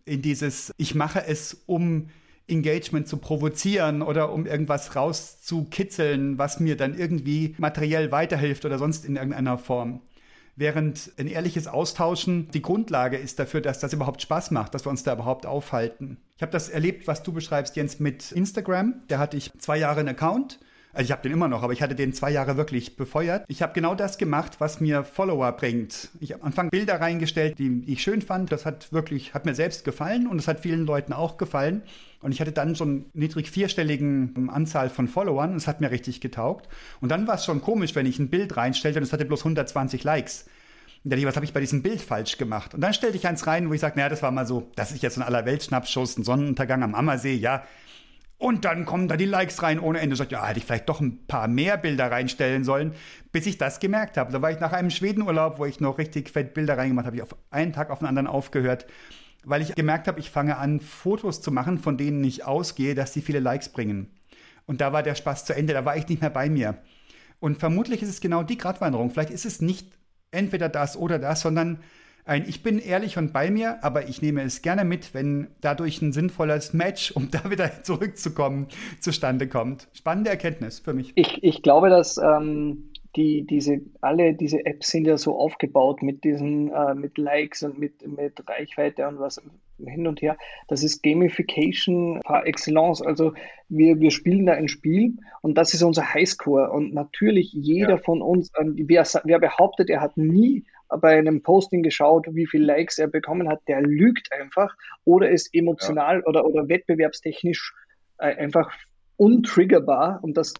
in dieses, ich mache es, um Engagement zu provozieren oder um irgendwas rauszukitzeln, was mir dann irgendwie materiell weiterhilft oder sonst in irgendeiner Form. Während ein ehrliches Austauschen die Grundlage ist dafür, dass das überhaupt Spaß macht, dass wir uns da überhaupt aufhalten. Ich habe das erlebt, was du beschreibst, Jens, mit Instagram. Da hatte ich zwei Jahre einen Account. Also ich habe den immer noch, aber ich hatte den zwei Jahre wirklich befeuert. Ich habe genau das gemacht, was mir Follower bringt. Ich habe am Anfang Bilder reingestellt, die ich schön fand. Das hat wirklich, hat mir selbst gefallen und es hat vielen Leuten auch gefallen. Und ich hatte dann so eine niedrig vierstelligen Anzahl von Followern und es hat mir richtig getaugt. Und dann war es schon komisch, wenn ich ein Bild reinstellte und es hatte bloß hundertzwanzig Likes. Und dann, was habe ich bei diesem Bild falsch gemacht? Und dann stellte ich eins rein, wo ich sage, naja, das war mal so, das ist jetzt so ein Allerweltsschnappschuss, ein Sonnenuntergang am Ammersee, ja. Und dann kommen da die Likes rein ohne Ende. Sagt, ja, hätte ich vielleicht doch ein paar mehr Bilder reinstellen sollen, bis ich das gemerkt habe. Da war ich nach einem Schwedenurlaub, wo ich noch richtig fett Bilder reingemacht habe, habe ich auf einen Tag auf den anderen aufgehört, weil ich gemerkt habe, ich fange an, Fotos zu machen, von denen ich ausgehe, dass die viele Likes bringen. Und da war der Spaß zu Ende, da war ich nicht mehr bei mir. Und vermutlich ist es genau die Gratwanderung. Vielleicht ist es nicht entweder das oder das, sondern ein, ich bin ehrlich und bei mir, aber ich nehme es gerne mit, wenn dadurch ein sinnvolles Match, um da wieder zurückzukommen, zustande kommt. Spannende Erkenntnis für mich. Ich, ich glaube, dass ähm, die, diese, alle diese Apps sind ja so aufgebaut mit diesen, äh, mit Likes und mit, mit Reichweite und was hin und her. Das ist Gamification par excellence. Also wir, wir spielen da ein Spiel und das ist unser Highscore. Und natürlich jeder ja. von uns, äh, wer, wer behauptet, er hat nie bei einem Posting geschaut, wie viele Likes er bekommen hat, der lügt einfach oder ist emotional ja. oder, oder wettbewerbstechnisch äh, einfach untriggerbar und das,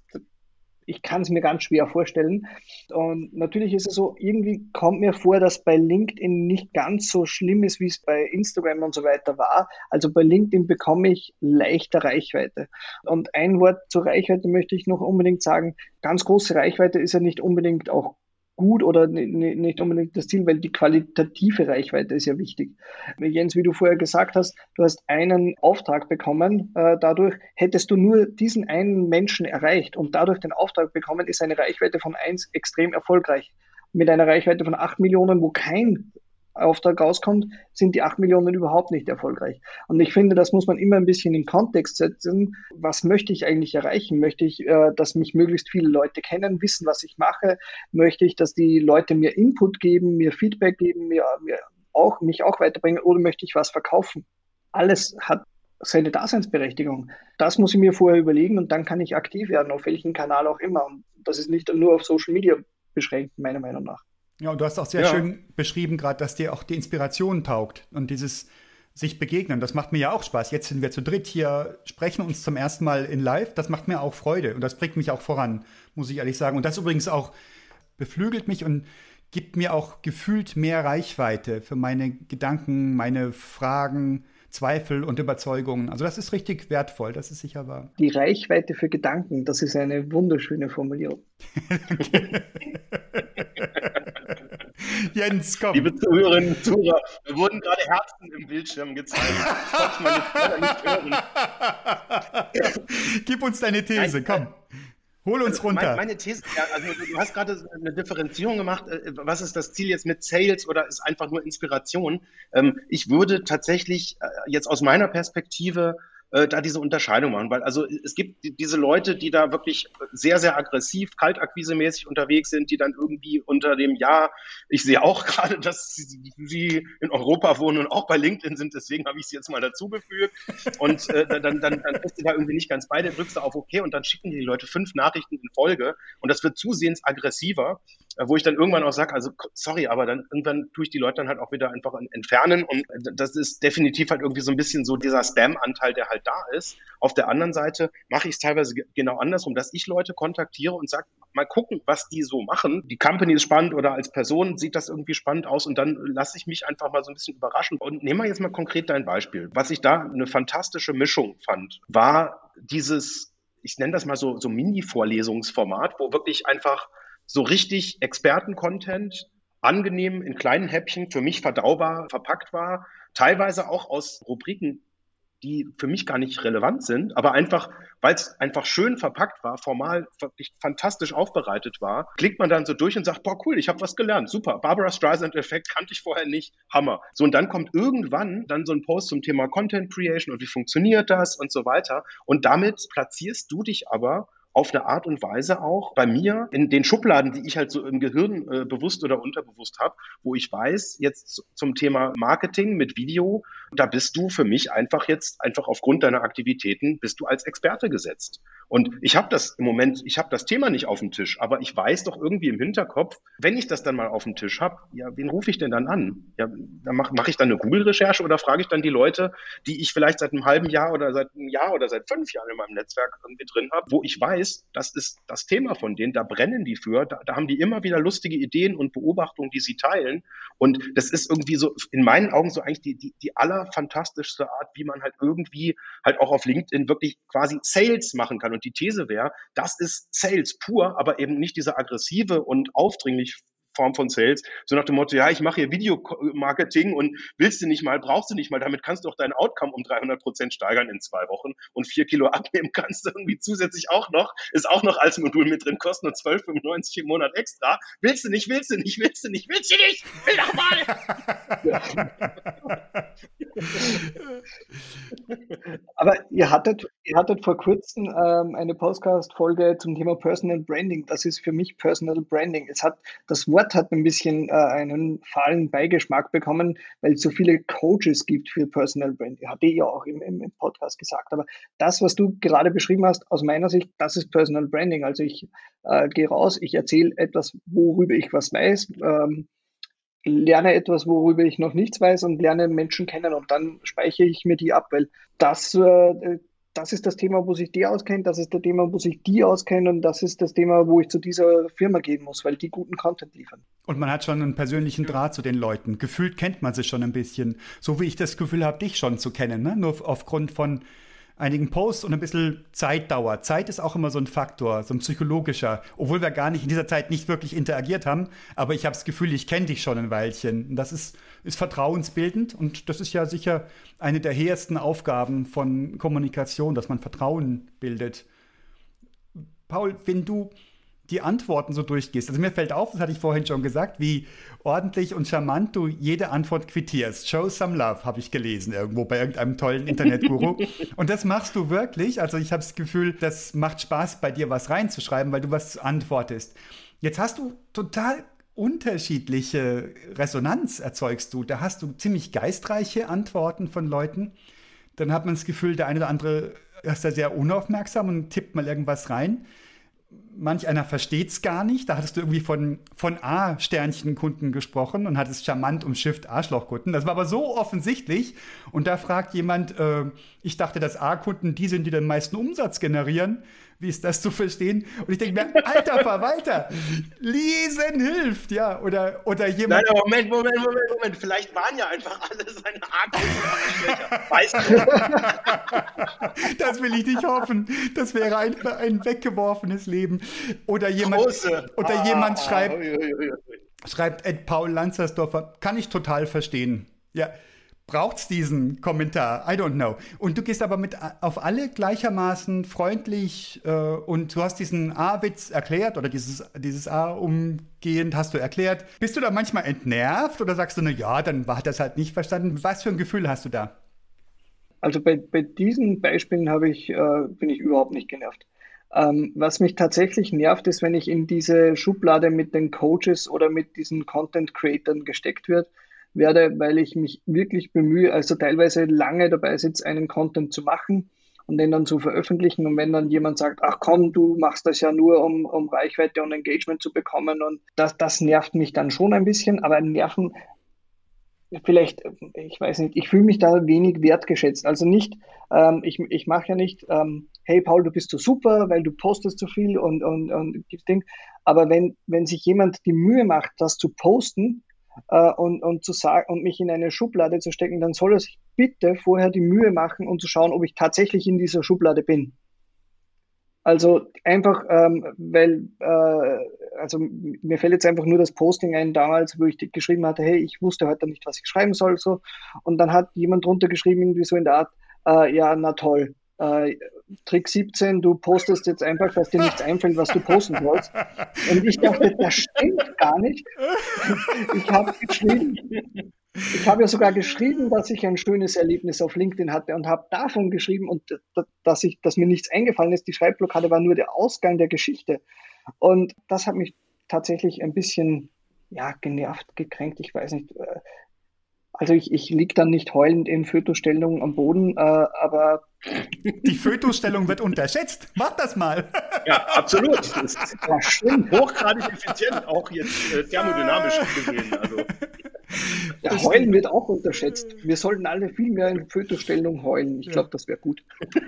ich kann es mir ganz schwer vorstellen. Und natürlich ist es so, irgendwie kommt mir vor, dass bei LinkedIn nicht ganz so schlimm ist, wie es bei Instagram und so weiter war. Also bei LinkedIn bekomme ich leichter Reichweite. Und ein Wort zur Reichweite möchte ich noch unbedingt sagen, ganz große Reichweite ist ja nicht unbedingt auch gut oder nicht unbedingt das Ziel, weil die qualitative Reichweite ist ja wichtig. Jens, wie du vorher gesagt hast, du hast einen Auftrag bekommen, äh, dadurch hättest du nur diesen einen Menschen erreicht und dadurch den Auftrag bekommen, ist eine Reichweite von eins extrem erfolgreich. Mit einer Reichweite von acht Millionen, wo kein Auftrag rauskommt, sind die acht Millionen überhaupt nicht erfolgreich. Und ich finde, das muss man immer ein bisschen in Kontext setzen. Was möchte ich eigentlich erreichen? Möchte ich, äh, dass mich möglichst viele Leute kennen, wissen, was ich mache? Möchte ich, dass die Leute mir Input geben, mir Feedback geben, mir, mir auch, mich auch weiterbringen? Oder möchte ich was verkaufen? Alles hat seine Daseinsberechtigung. Das muss ich mir vorher überlegen und dann kann ich aktiv werden, auf welchen Kanal auch immer. Und das ist nicht nur auf Social Media beschränkt, meiner Meinung nach. Ja, und du hast auch sehr ja. schön beschrieben gerade, dass dir auch die Inspiration taugt und dieses sich begegnen. Das macht mir ja auch Spaß. Jetzt sind wir zu dritt hier, sprechen uns zum ersten Mal in live. Das macht mir auch Freude und das bringt mich auch voran, muss ich ehrlich sagen. Und das übrigens auch beflügelt mich und gibt mir auch gefühlt mehr Reichweite für meine Gedanken, meine Fragen, Zweifel und Überzeugungen. Also das ist richtig wertvoll, das ist sicher wahr. Die Reichweite für Gedanken, das ist eine wunderschöne Formulierung. Jens, komm. Liebe Zuhörerinnen und Zuhörer, mir wurden gerade Herzen im Bildschirm gezeigt. Ich konnte meine nicht hören. Gib uns deine These, komm. Hol uns runter. Meine, meine These, ja, also du hast gerade eine Differenzierung gemacht. Was ist das Ziel jetzt mit Sales oder ist einfach nur Inspiration? Ich würde tatsächlich jetzt aus meiner Perspektive äh, da diese Unterscheidung machen, weil also es gibt diese Leute, die da wirklich sehr, sehr aggressiv, kaltakquisemäßig unterwegs sind, die dann irgendwie unter dem, ja, ich sehe auch gerade, dass sie, sie in Europa wohnen und auch bei LinkedIn sind, deswegen habe ich sie jetzt mal dazugefügt und äh, dann, dann, dann bist du da irgendwie nicht ganz bei, dann drückst du auf OK und dann schicken die Leute fünf Nachrichten in Folge und das wird zusehends aggressiver, äh, wo ich dann irgendwann auch sage, also sorry, aber dann irgendwann tue ich die Leute dann halt auch wieder einfach entfernen und das ist definitiv halt irgendwie so ein bisschen so dieser Spam-Anteil, der halt da ist. Auf der anderen Seite mache ich es teilweise genau andersrum, dass ich Leute kontaktiere und sage, mal gucken, was die so machen. Die Company ist spannend oder als Person sieht das irgendwie spannend aus und dann lasse ich mich einfach mal so ein bisschen überraschen. Und nehmen wir jetzt mal konkret dein Beispiel. Was ich da eine fantastische Mischung fand, war dieses, ich nenne das mal so, so Mini-Vorlesungsformat, wo wirklich einfach so richtig Experten-Content angenehm in kleinen Häppchen für mich verdaubar verpackt war, teilweise auch aus Rubriken die für mich gar nicht relevant sind, aber einfach, weil es einfach schön verpackt war, formal wirklich fantastisch aufbereitet war, klickt man dann so durch und sagt, boah, cool, ich habe was gelernt, super, Barbara Streisand-Effekt kannte ich vorher nicht, Hammer. So, und dann kommt irgendwann dann so ein Post zum Thema Content Creation und wie funktioniert das und so weiter. Und damit platzierst du dich aber auf eine Art und Weise auch bei mir in den Schubladen, die ich halt so im Gehirn äh, bewusst oder unterbewusst habe, wo ich weiß, jetzt zum Thema Marketing mit Video, da bist du für mich einfach jetzt, einfach aufgrund deiner Aktivitäten, bist du als Experte gesetzt. Und ich habe das im Moment, ich habe das Thema nicht auf dem Tisch, aber ich weiß doch irgendwie im Hinterkopf, wenn ich das dann mal auf dem Tisch habe, ja, wen rufe ich denn dann an? Ja, dann mache mach ich dann eine Google-Recherche oder frage ich dann die Leute, die ich vielleicht seit einem halben Jahr oder seit einem Jahr oder seit fünf Jahren in meinem Netzwerk irgendwie drin habe, wo ich weiß, das ist das Thema von denen, da brennen die für, da, da haben die immer wieder lustige Ideen und Beobachtungen, die sie teilen. Und das ist irgendwie so, in meinen Augen so eigentlich die, die, die allerfantastischste Art, wie man halt irgendwie halt auch auf LinkedIn wirklich quasi Sales machen kann. Und die These wäre, das ist Sales pur, aber eben nicht diese aggressive und aufdringlich Form von Sales, so nach dem Motto, ja, ich mache hier Videomarketing und willst du nicht mal, brauchst du nicht mal, damit kannst du auch dein Outcome um dreihundert Prozent steigern in zwei Wochen und vier Kilo abnehmen kannst du irgendwie zusätzlich auch noch, ist auch noch als Modul mit drin, kostet nur zwölf Euro fünfundneunzig im Monat extra. Willst du nicht, willst du nicht, willst du nicht, willst du nicht, will doch mal! Aber ihr hattet, ihr hattet vor kurzem ähm, eine Podcast-Folge zum Thema Personal Branding. Das ist für mich Personal Branding. Es hat, das Wort hat ein bisschen äh, einen fahlen Beigeschmack bekommen, weil es so viele Coaches gibt für Personal Branding. Hatte ich ja auch im, im Podcast gesagt. Aber das, was du gerade beschrieben hast, aus meiner Sicht, das ist Personal Branding. Also ich äh, gehe raus, ich erzähle etwas, worüber ich was weiß, ähm, lerne etwas, worüber ich noch nichts weiß und lerne Menschen kennen und dann speichere ich mir die ab, weil das, äh, das ist das Thema, wo sich der auskennt, das ist das Thema, wo sich die auskennen und das ist das Thema, wo ich zu dieser Firma gehen muss, weil die guten Content liefern. Und man hat schon einen persönlichen Draht zu den Leuten. Gefühlt kennt man sie schon ein bisschen. So wie ich das Gefühl habe, dich schon zu kennen, ne? Nur aufgrund von einigen Posts und ein bisschen Zeitdauer. Zeit ist auch immer so ein Faktor, so ein psychologischer, obwohl wir gar nicht in dieser Zeit nicht wirklich interagiert haben, aber ich habe das Gefühl, ich kenne dich schon ein Weilchen. Und das ist, ist vertrauensbildend und das ist ja sicher eine der hehresten Aufgaben von Kommunikation, dass man Vertrauen bildet. Paul, wenn du die Antworten so durchgehst, also mir fällt auf, das hatte ich vorhin schon gesagt, wie ordentlich und charmant du jede Antwort quittierst. Show some love, habe ich gelesen, irgendwo bei irgendeinem tollen Internetguru. Und das machst du wirklich. Also ich habe das Gefühl, das macht Spaß, bei dir was reinzuschreiben, weil du was antwortest. Jetzt hast du total unterschiedliche Resonanz, erzeugst du. Da hast du ziemlich geistreiche Antworten von Leuten. Dann hat man das Gefühl, der eine oder andere ist da sehr unaufmerksam und tippt mal irgendwas rein. Manch einer versteht es gar nicht. Da hattest du irgendwie von, von A-Sternchen-Kunden gesprochen und hattest charmant umschifft Arschlochkunden. Das war aber so offensichtlich. Und da fragt jemand, äh, ich dachte, dass A-Kunden die sind, die den meisten Umsatz generieren. Wie ist das zu verstehen? Und ich denke mir, alter Verwalter, lesen hilft, ja. Oder, oder jemand... Nein, Moment, Moment, Moment, Moment. Vielleicht waren ja einfach alle seine A-Kunden. Weißt du? Das will ich nicht hoffen. Das wäre ein, ein weggeworfenes Leben. Oder jemand, Große. oder ah, jemand schreibt, ah, ui, ui, ui. schreibt Ed Paul Lanzersdorfer, kann ich total verstehen. Ja, braucht's diesen Kommentar? I don't know. Und du gehst aber mit auf alle gleichermaßen freundlich äh, und du hast diesen A-Witz erklärt oder dieses, dieses A umgehend hast du erklärt. Bist du da manchmal entnervt oder sagst du, na ja, dann hat er es halt nicht verstanden? Was für ein Gefühl hast du da? Also bei, bei diesen Beispielen habe ich, äh, bin ich überhaupt nicht genervt. Ähm, was mich tatsächlich nervt, ist, wenn ich in diese Schublade mit den Coaches oder mit diesen Content-Creatern gesteckt wird, werde, weil ich mich wirklich bemühe, also teilweise lange dabei sitze, einen Content zu machen und den dann zu veröffentlichen. Und wenn dann jemand sagt, ach komm, du machst das ja nur, um, um Reichweite und Engagement zu bekommen, und das, das nervt mich dann schon ein bisschen, aber Nerven, vielleicht, ich weiß nicht, ich fühle mich da wenig wertgeschätzt. Also nicht, ähm, ich, ich mache ja nicht, ähm, hey Paul, du bist so super, weil du postest so viel und, und, und das Ding. Aber wenn, wenn sich jemand die Mühe macht, das zu posten, Uh, und, und, zu sagen, und mich in eine Schublade zu stecken, dann soll er sich bitte vorher die Mühe machen, um zu schauen, ob ich tatsächlich in dieser Schublade bin. Also einfach, ähm, weil, äh, also mir fällt jetzt einfach nur das Posting ein damals, wo ich geschrieben hatte, hey, ich wusste heute nicht, was ich schreiben soll, so. Und dann hat jemand drunter geschrieben, irgendwie so in der Art, äh, ja, na toll. Äh, Trick siebzehn, du postest jetzt einfach, dass dir nichts einfällt, was du posten sollst. Und ich dachte, das stimmt gar nicht. Ich habe geschrieben, ich habe ja sogar geschrieben, dass ich ein schönes Erlebnis auf LinkedIn hatte und habe davon geschrieben und dass ich, dass mir nichts eingefallen ist. Die Schreibblockade war nur der Ausgang der Geschichte. Und das hat mich tatsächlich ein bisschen, ja, genervt, gekränkt. Ich weiß nicht. Also ich, ich liege dann nicht heulend in Fötusstellung am Boden, äh, aber... Die Fötusstellung wird unterschätzt. Mach das mal. Ja, absolut. Das ist ja, stimmt. Hochgradig effizient, auch jetzt äh, thermodynamisch gesehen. Also. Ja, heulen wird auch unterschätzt. Wir sollten alle viel mehr in Fötusstellung heulen. Ich glaube, das wäre gut.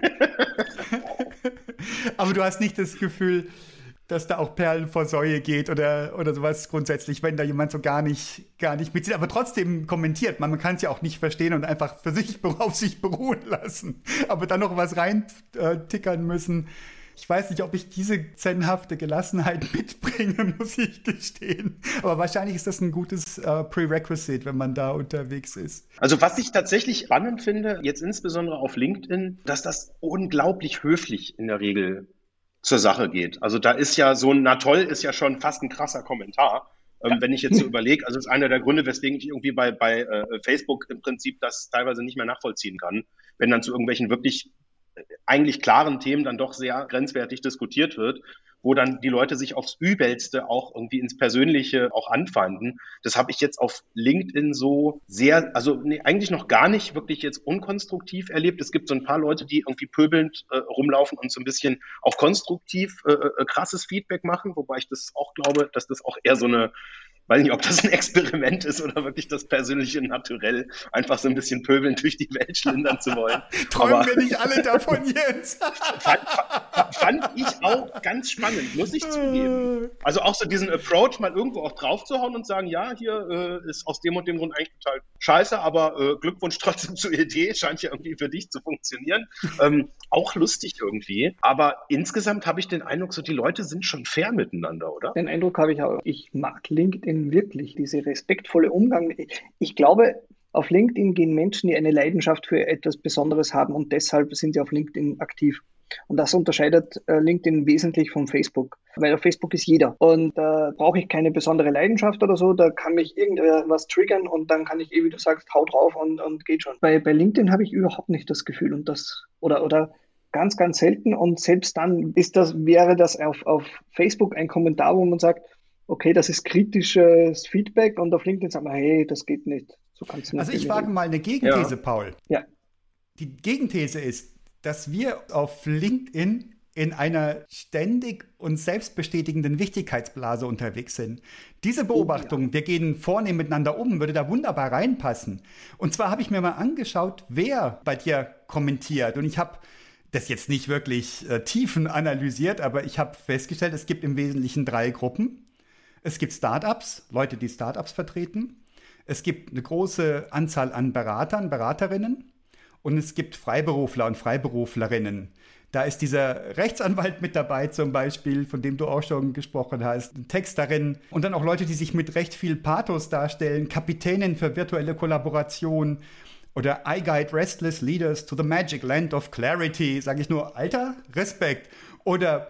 Aber du hast nicht das Gefühl, dass da auch Perlen vor Säue geht oder, oder sowas grundsätzlich, wenn da jemand so gar nicht, gar nicht mitzieht, aber trotzdem kommentiert. Man, man kann es ja auch nicht verstehen und einfach für sich auf sich beruhen lassen, aber dann noch was rein äh, tickern müssen. Ich weiß nicht, ob ich diese zenhafte Gelassenheit mitbringe, muss ich gestehen. Aber wahrscheinlich ist das ein gutes äh, Prerequisite, wenn man da unterwegs ist. Also was ich tatsächlich spannend finde, jetzt insbesondere auf LinkedIn, dass das unglaublich höflich in der Regel zur Sache geht. Also da ist ja so ein, na toll, ist ja schon fast ein krasser Kommentar. Ähm, ja. Wenn ich jetzt so überlege, also das ist einer der Gründe, weswegen ich irgendwie bei, bei äh, Facebook im Prinzip das teilweise nicht mehr nachvollziehen kann, wenn dann zu irgendwelchen wirklich äh, eigentlich klaren Themen dann doch sehr grenzwertig diskutiert wird, wo dann die Leute sich aufs Übelste auch irgendwie ins Persönliche auch anfeinden. Das habe ich jetzt auf LinkedIn so sehr, also nee, eigentlich noch gar nicht wirklich jetzt unkonstruktiv erlebt. Es gibt so ein paar Leute, die irgendwie pöbelnd äh, rumlaufen und so ein bisschen auch konstruktiv äh, äh, krasses Feedback machen, wobei ich das auch glaube, dass das auch eher so eine, weiß nicht, ob das ein Experiment ist oder wirklich das persönliche Naturell, einfach so ein bisschen pöbelnd durch die Welt schlendern zu wollen. Träumen Aber, wir nicht alle davon, Jens? fand, fand ich auch ganz spannend, muss ich zugeben. Also auch so diesen Approach, mal irgendwo auch draufzuhauen und sagen, ja, hier äh, ist aus dem und dem Grund eigentlich total scheiße, aber äh, Glückwunsch trotzdem zur Idee, scheint ja irgendwie für dich zu funktionieren. Ähm, auch lustig irgendwie. Aber insgesamt habe ich den Eindruck, so die Leute sind schon fair miteinander, oder? Den Eindruck habe ich auch. Ich mag LinkedIn wirklich, diese respektvolle Umgang. Ich glaube, auf LinkedIn gehen Menschen, die eine Leidenschaft für etwas Besonderes haben und deshalb sind sie auf LinkedIn aktiv. Und das unterscheidet äh, LinkedIn wesentlich von Facebook, weil auf Facebook ist jeder. Und da äh, brauche ich keine besondere Leidenschaft oder so, da kann mich irgendwas triggern und dann kann ich, eh, wie du sagst, hau drauf und, und geht schon. Bei, bei LinkedIn habe ich überhaupt nicht das Gefühl und das, oder, oder ganz, ganz selten und selbst dann ist das, wäre das auf, auf Facebook ein Kommentar, wo man sagt, okay, das ist kritisches Feedback und auf LinkedIn sagt man, hey, das geht nicht. So kannst du nicht. Also ich wage mal eine Gegenthese, ja. Paul. Ja. Die Gegenthese ist, dass wir auf LinkedIn in einer ständig uns selbstbestätigenden Wichtigkeitsblase unterwegs sind. Diese Beobachtung, oh, ja. wir gehen vornehm miteinander um, würde da wunderbar reinpassen. Und zwar habe ich mir mal angeschaut, wer bei dir kommentiert. Und ich habe das jetzt nicht wirklich äh, tiefen analysiert, aber ich habe festgestellt, es gibt im Wesentlichen drei Gruppen. Es gibt Startups, Leute, die Startups vertreten. Es gibt eine große Anzahl an Beratern, Beraterinnen. Und es gibt Freiberufler und Freiberuflerinnen. Da ist dieser Rechtsanwalt mit dabei zum Beispiel, von dem du auch schon gesprochen hast, eine Texterin und dann auch Leute, die sich mit recht viel Pathos darstellen, Kapitänin für virtuelle Kollaboration oder I Guide Restless Leaders to the Magic Land of Clarity. Sage ich nur, Alter, Respekt. Oder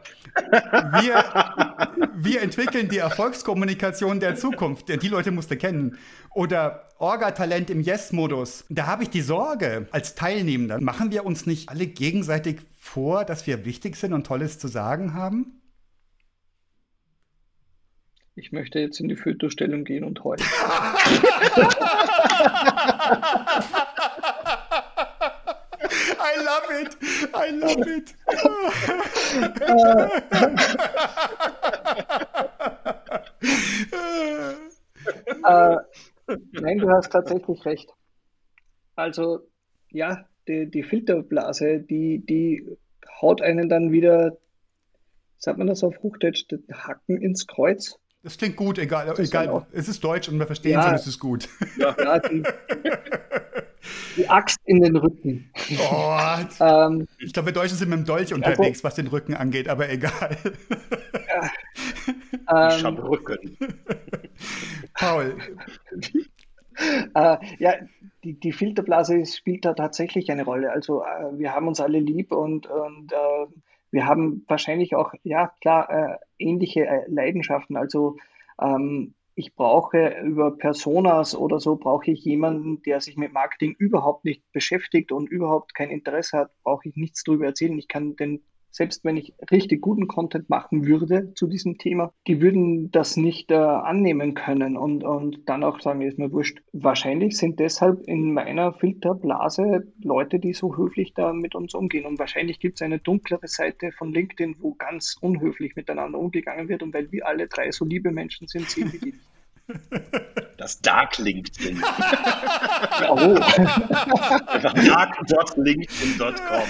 wir, wir entwickeln die Erfolgskommunikation der Zukunft. Die Leute musst du kennen. Oder Orga-Talent im Yes-Modus. Da habe ich die Sorge, als Teilnehmender, machen wir uns nicht alle gegenseitig vor, dass wir wichtig sind und Tolles zu sagen haben? Ich möchte jetzt in die Fötusstellung gehen und heulen. I love it. I love it. äh, nein, du hast tatsächlich recht. Also, ja, die, die Filterblase, die, die haut einen dann wieder, sagt man das auf Hochdeutsch, den Hacken ins Kreuz. Das klingt gut, egal. egal. Es ist Deutsch und wir verstehen ja, es und es ist gut. Ja, ja, die, die Axt in den Rücken. Oh, ähm, ich glaube, wir Deutschen sind mit dem Dolch unterwegs, also, was den Rücken angeht, aber egal. Ja, ich habe Rücken. Paul. äh, ja, die, die Filterblase spielt da tatsächlich eine Rolle. Also äh, wir haben uns alle lieb und, und äh, wir haben wahrscheinlich auch, ja klar, äh, ähnliche äh, Leidenschaften. Also ähm, ich brauche über Personas oder so, brauche ich jemanden, der sich mit Marketing überhaupt nicht beschäftigt und überhaupt kein Interesse hat, brauche ich nichts darüber erzählen. Ich kann den Selbst wenn ich richtig guten Content machen würde zu diesem Thema, die würden das nicht äh, annehmen können und, und dann auch sagen, ist mir wurscht. Wahrscheinlich sind deshalb in meiner Filterblase Leute, die so höflich da mit uns umgehen. Und wahrscheinlich gibt es eine dunklere Seite von LinkedIn, wo ganz unhöflich miteinander umgegangen wird. Und weil wir alle drei so liebe Menschen sind, sehen wir die nicht. Das Dark LinkedIn. Oh. Einfach dark dot linkedin dot com.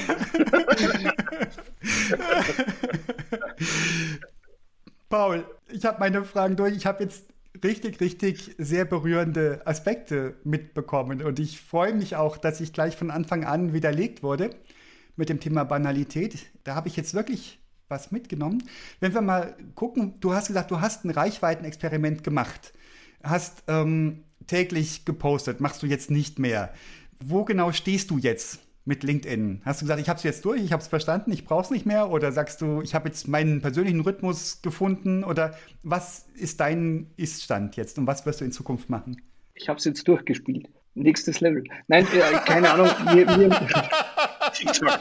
Paul, ich habe meine Fragen durch. Ich habe jetzt richtig, richtig sehr berührende Aspekte mitbekommen. Und ich freue mich auch, dass ich gleich von Anfang an widerlegt wurde mit dem Thema Banalität. Da habe ich jetzt wirklich was mitgenommen. Wenn wir mal gucken, du hast gesagt, du hast ein Reichweitenexperiment gemacht. Hast ähm, täglich gepostet, machst du jetzt nicht mehr. Wo genau stehst du jetzt mit LinkedIn? Hast du gesagt, ich habe es jetzt durch, ich habe es verstanden, ich brauche es nicht mehr? Oder sagst du, ich habe jetzt meinen persönlichen Rhythmus gefunden? Oder was ist dein Ist-Stand jetzt und was wirst du in Zukunft machen? Ich habe es jetzt durchgespielt. Nächstes Level. Nein, äh, keine Ahnung. Wir, wir TikTok.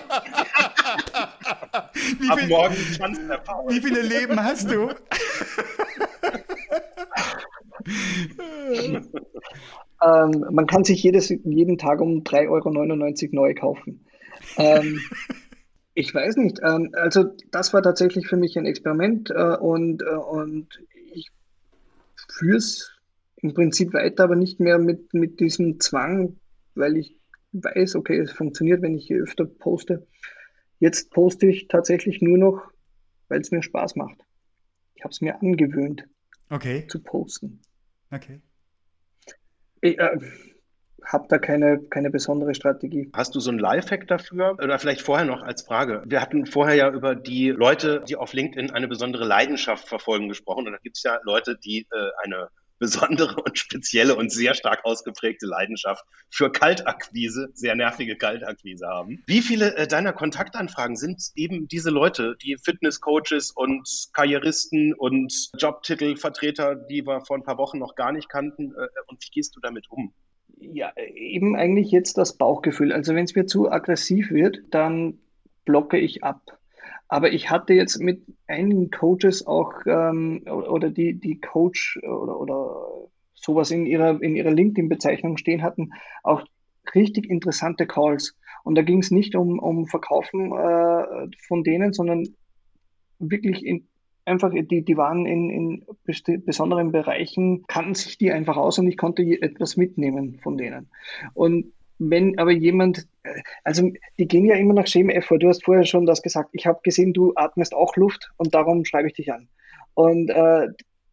Wie Ab viel, morgen tanzt der Paul. Wie viele Leben hast du? ähm, man kann sich jedes, jeden Tag um drei Euro neunundneunzig neu kaufen. Ähm, ich weiß nicht. Ähm, also das war tatsächlich für mich ein Experiment äh, und, äh, und ich führe es im Prinzip weiter, aber nicht mehr mit, mit diesem Zwang, weil ich weiß, okay, es funktioniert, wenn ich hier öfter poste. Jetzt poste ich tatsächlich nur noch, weil es mir Spaß macht. Ich habe es mir angewöhnt, okay. zu posten. Okay. Ich äh, habe da keine, keine besondere Strategie. Hast du so einen Lifehack dafür? Oder vielleicht vorher noch als Frage. Wir hatten vorher ja über die Leute, die auf LinkedIn eine besondere Leidenschaft verfolgen, gesprochen. Und da gibt es ja Leute, die äh, eine besondere und spezielle und sehr stark ausgeprägte Leidenschaft für Kaltakquise, sehr nervige Kaltakquise haben. Wie viele äh, deiner Kontaktanfragen sind eben diese Leute, die Fitnesscoaches und Karrieristen und Jobtitelvertreter, die wir vor ein paar Wochen noch gar nicht kannten? Äh, und wie gehst du damit um? Ja, eben eigentlich jetzt das Bauchgefühl. Also wenn es mir zu aggressiv wird, dann blocke ich ab. Aber ich hatte jetzt mit einigen Coaches auch ähm, oder die, die Coach oder, oder sowas in ihrer, in ihrer LinkedIn-Bezeichnung stehen hatten, auch richtig interessante Calls. Und da ging es nicht um, um Verkaufen äh, von denen, sondern wirklich in, einfach, die, die waren in, in besti- besonderen Bereichen, kannten sich die einfach aus und ich konnte etwas mitnehmen von denen. Und wenn aber jemand, also die gehen ja immer nach Schema F vor. Du hast vorher schon das gesagt. Ich habe gesehen, du atmest auch Luft und darum schreibe ich dich an. Und äh,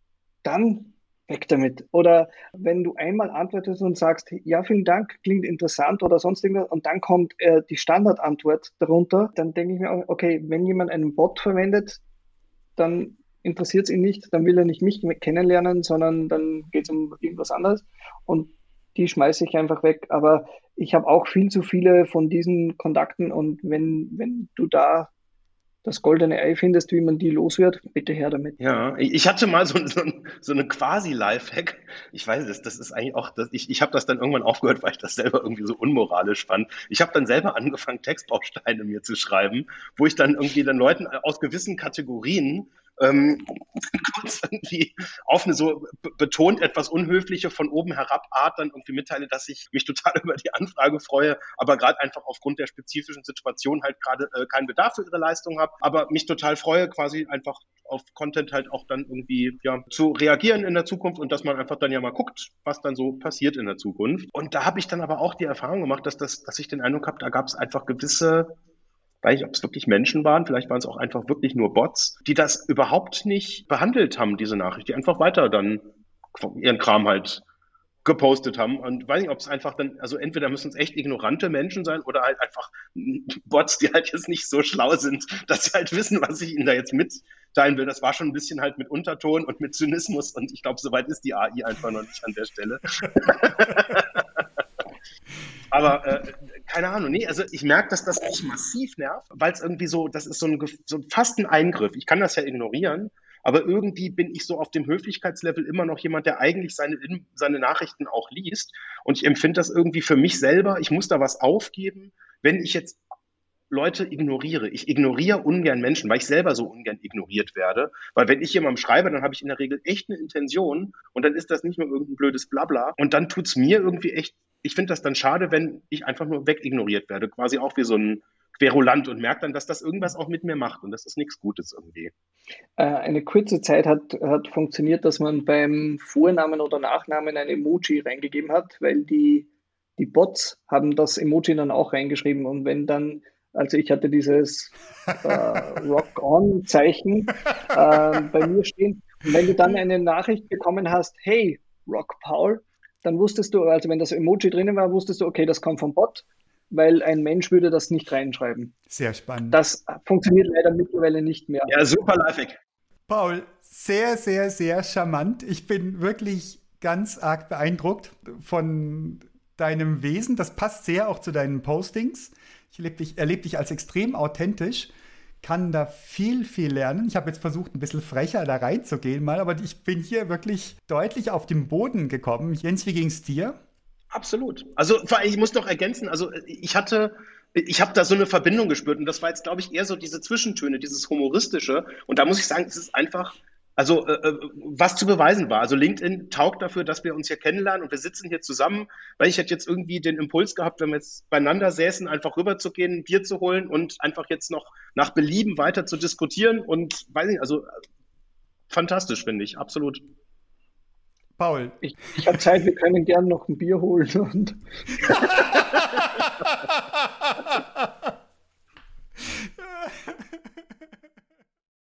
dann weg damit. Oder wenn du einmal antwortest und sagst, ja, vielen Dank, klingt interessant oder sonst irgendwas, und dann kommt äh, die Standardantwort darunter, dann denke ich mir auch, okay, wenn jemand einen Bot verwendet, dann interessiert es ihn nicht, dann will er nicht mich kennenlernen, sondern dann geht es um irgendwas anderes. Und die schmeiße ich einfach weg. Aber ich habe auch viel zu viele von diesen Kontakten und wenn, wenn du da das goldene Ei findest, wie man die los wird, bitte her damit. Ja, ich hatte mal so, so, so eine quasi Lifehack. Ich weiß es, das ist eigentlich auch, das, ich, ich habe das dann irgendwann aufgehört, weil ich das selber irgendwie so unmoralisch fand. Ich habe dann selber angefangen, Textbausteine mir zu schreiben, wo ich dann irgendwie den Leuten aus gewissen Kategorien ähm, kurz irgendwie auf eine so betont etwas unhöfliche von oben herab Art dann irgendwie mitteile, dass ich mich total über die Anfrage freue, aber gerade einfach aufgrund der spezifischen Situation halt gerade äh, keinen Bedarf für ihre Leistung habe, aber mich total freue, quasi einfach auf Content halt auch dann irgendwie ja zu reagieren in der Zukunft und dass man einfach dann ja mal guckt, was dann so passiert in der Zukunft. Und da habe ich dann aber auch die Erfahrung gemacht, dass das, dass ich den Eindruck habe, da gab es einfach gewisse, weiß nicht, ob es wirklich Menschen waren, vielleicht waren es auch einfach wirklich nur Bots, die das überhaupt nicht behandelt haben, diese Nachricht, die einfach weiter dann ihren Kram halt gepostet haben. Und weiß nicht, ob es einfach dann, also entweder müssen es echt ignorante Menschen sein oder halt einfach Bots, die halt jetzt nicht so schlau sind, dass sie halt wissen, was ich ihnen da jetzt mitteilen will. Das war schon ein bisschen halt mit Unterton und mit Zynismus und ich glaube, soweit ist die A I einfach noch nicht an der Stelle. Aber äh, keine Ahnung, nee, also ich merke, dass das mich massiv nervt, weil es irgendwie so, das ist so ein, so fast ein Eingriff. Ich kann das ja ignorieren, aber irgendwie bin ich so auf dem Höflichkeitslevel immer noch jemand, der eigentlich seine, seine Nachrichten auch liest. Und ich empfinde das irgendwie für mich selber, ich muss da was aufgeben, wenn ich jetzt Leute ignoriere. Ich ignoriere ungern Menschen, weil ich selber so ungern ignoriert werde. Weil wenn ich jemandem schreibe, dann habe ich in der Regel echt eine Intention und dann ist das nicht nur irgendein blödes Blabla. Und dann tut's mir irgendwie echt, ich finde das dann schade, wenn ich einfach nur wegignoriert werde. Quasi auch wie so ein Querulant und merke dann, dass das irgendwas auch mit mir macht und das ist nichts Gutes irgendwie. Eine kurze Zeit hat, hat funktioniert, dass man beim Vornamen oder Nachnamen ein Emoji reingegeben hat, weil die, die Bots haben das Emoji dann auch reingeschrieben und wenn dann Also ich hatte dieses äh, Rock-On-Zeichen äh, bei mir stehen. Und wenn du dann eine Nachricht bekommen hast, hey, Rock Paul, dann wusstest du, also wenn das Emoji drinnen war, wusstest du, okay, das kommt vom Bot, weil ein Mensch würde das nicht reinschreiben. Sehr spannend. Das funktioniert leider mittlerweile nicht mehr. Ja, super Lifehack. Paul, sehr, sehr, sehr charmant. Ich bin wirklich ganz arg beeindruckt von deinem Wesen. Das passt sehr auch zu deinen Postings. Ich erlebe dich, erlebe dich als extrem authentisch, kann da viel, viel lernen. Ich habe jetzt versucht, ein bisschen frecher da reinzugehen mal, aber ich bin hier wirklich deutlich auf den Boden gekommen. Jens, wie ging es dir? Absolut. Also vor allem, ich muss noch ergänzen, also ich hatte, ich habe da so eine Verbindung gespürt und das war jetzt, glaube ich, eher so diese Zwischentöne, dieses Humoristische und da muss ich sagen, es ist einfach, also äh, was zu beweisen war. Also LinkedIn taugt dafür, dass wir uns hier kennenlernen und wir sitzen hier zusammen, weil ich hätte jetzt irgendwie den Impuls gehabt, wenn wir jetzt beieinander säßen, einfach rüberzugehen, ein Bier zu holen und einfach jetzt noch nach Belieben weiter zu diskutieren und weiß nicht, also fantastisch finde ich, absolut. Paul. Ich, ich habe Zeit, wir können gerne noch ein Bier holen. Und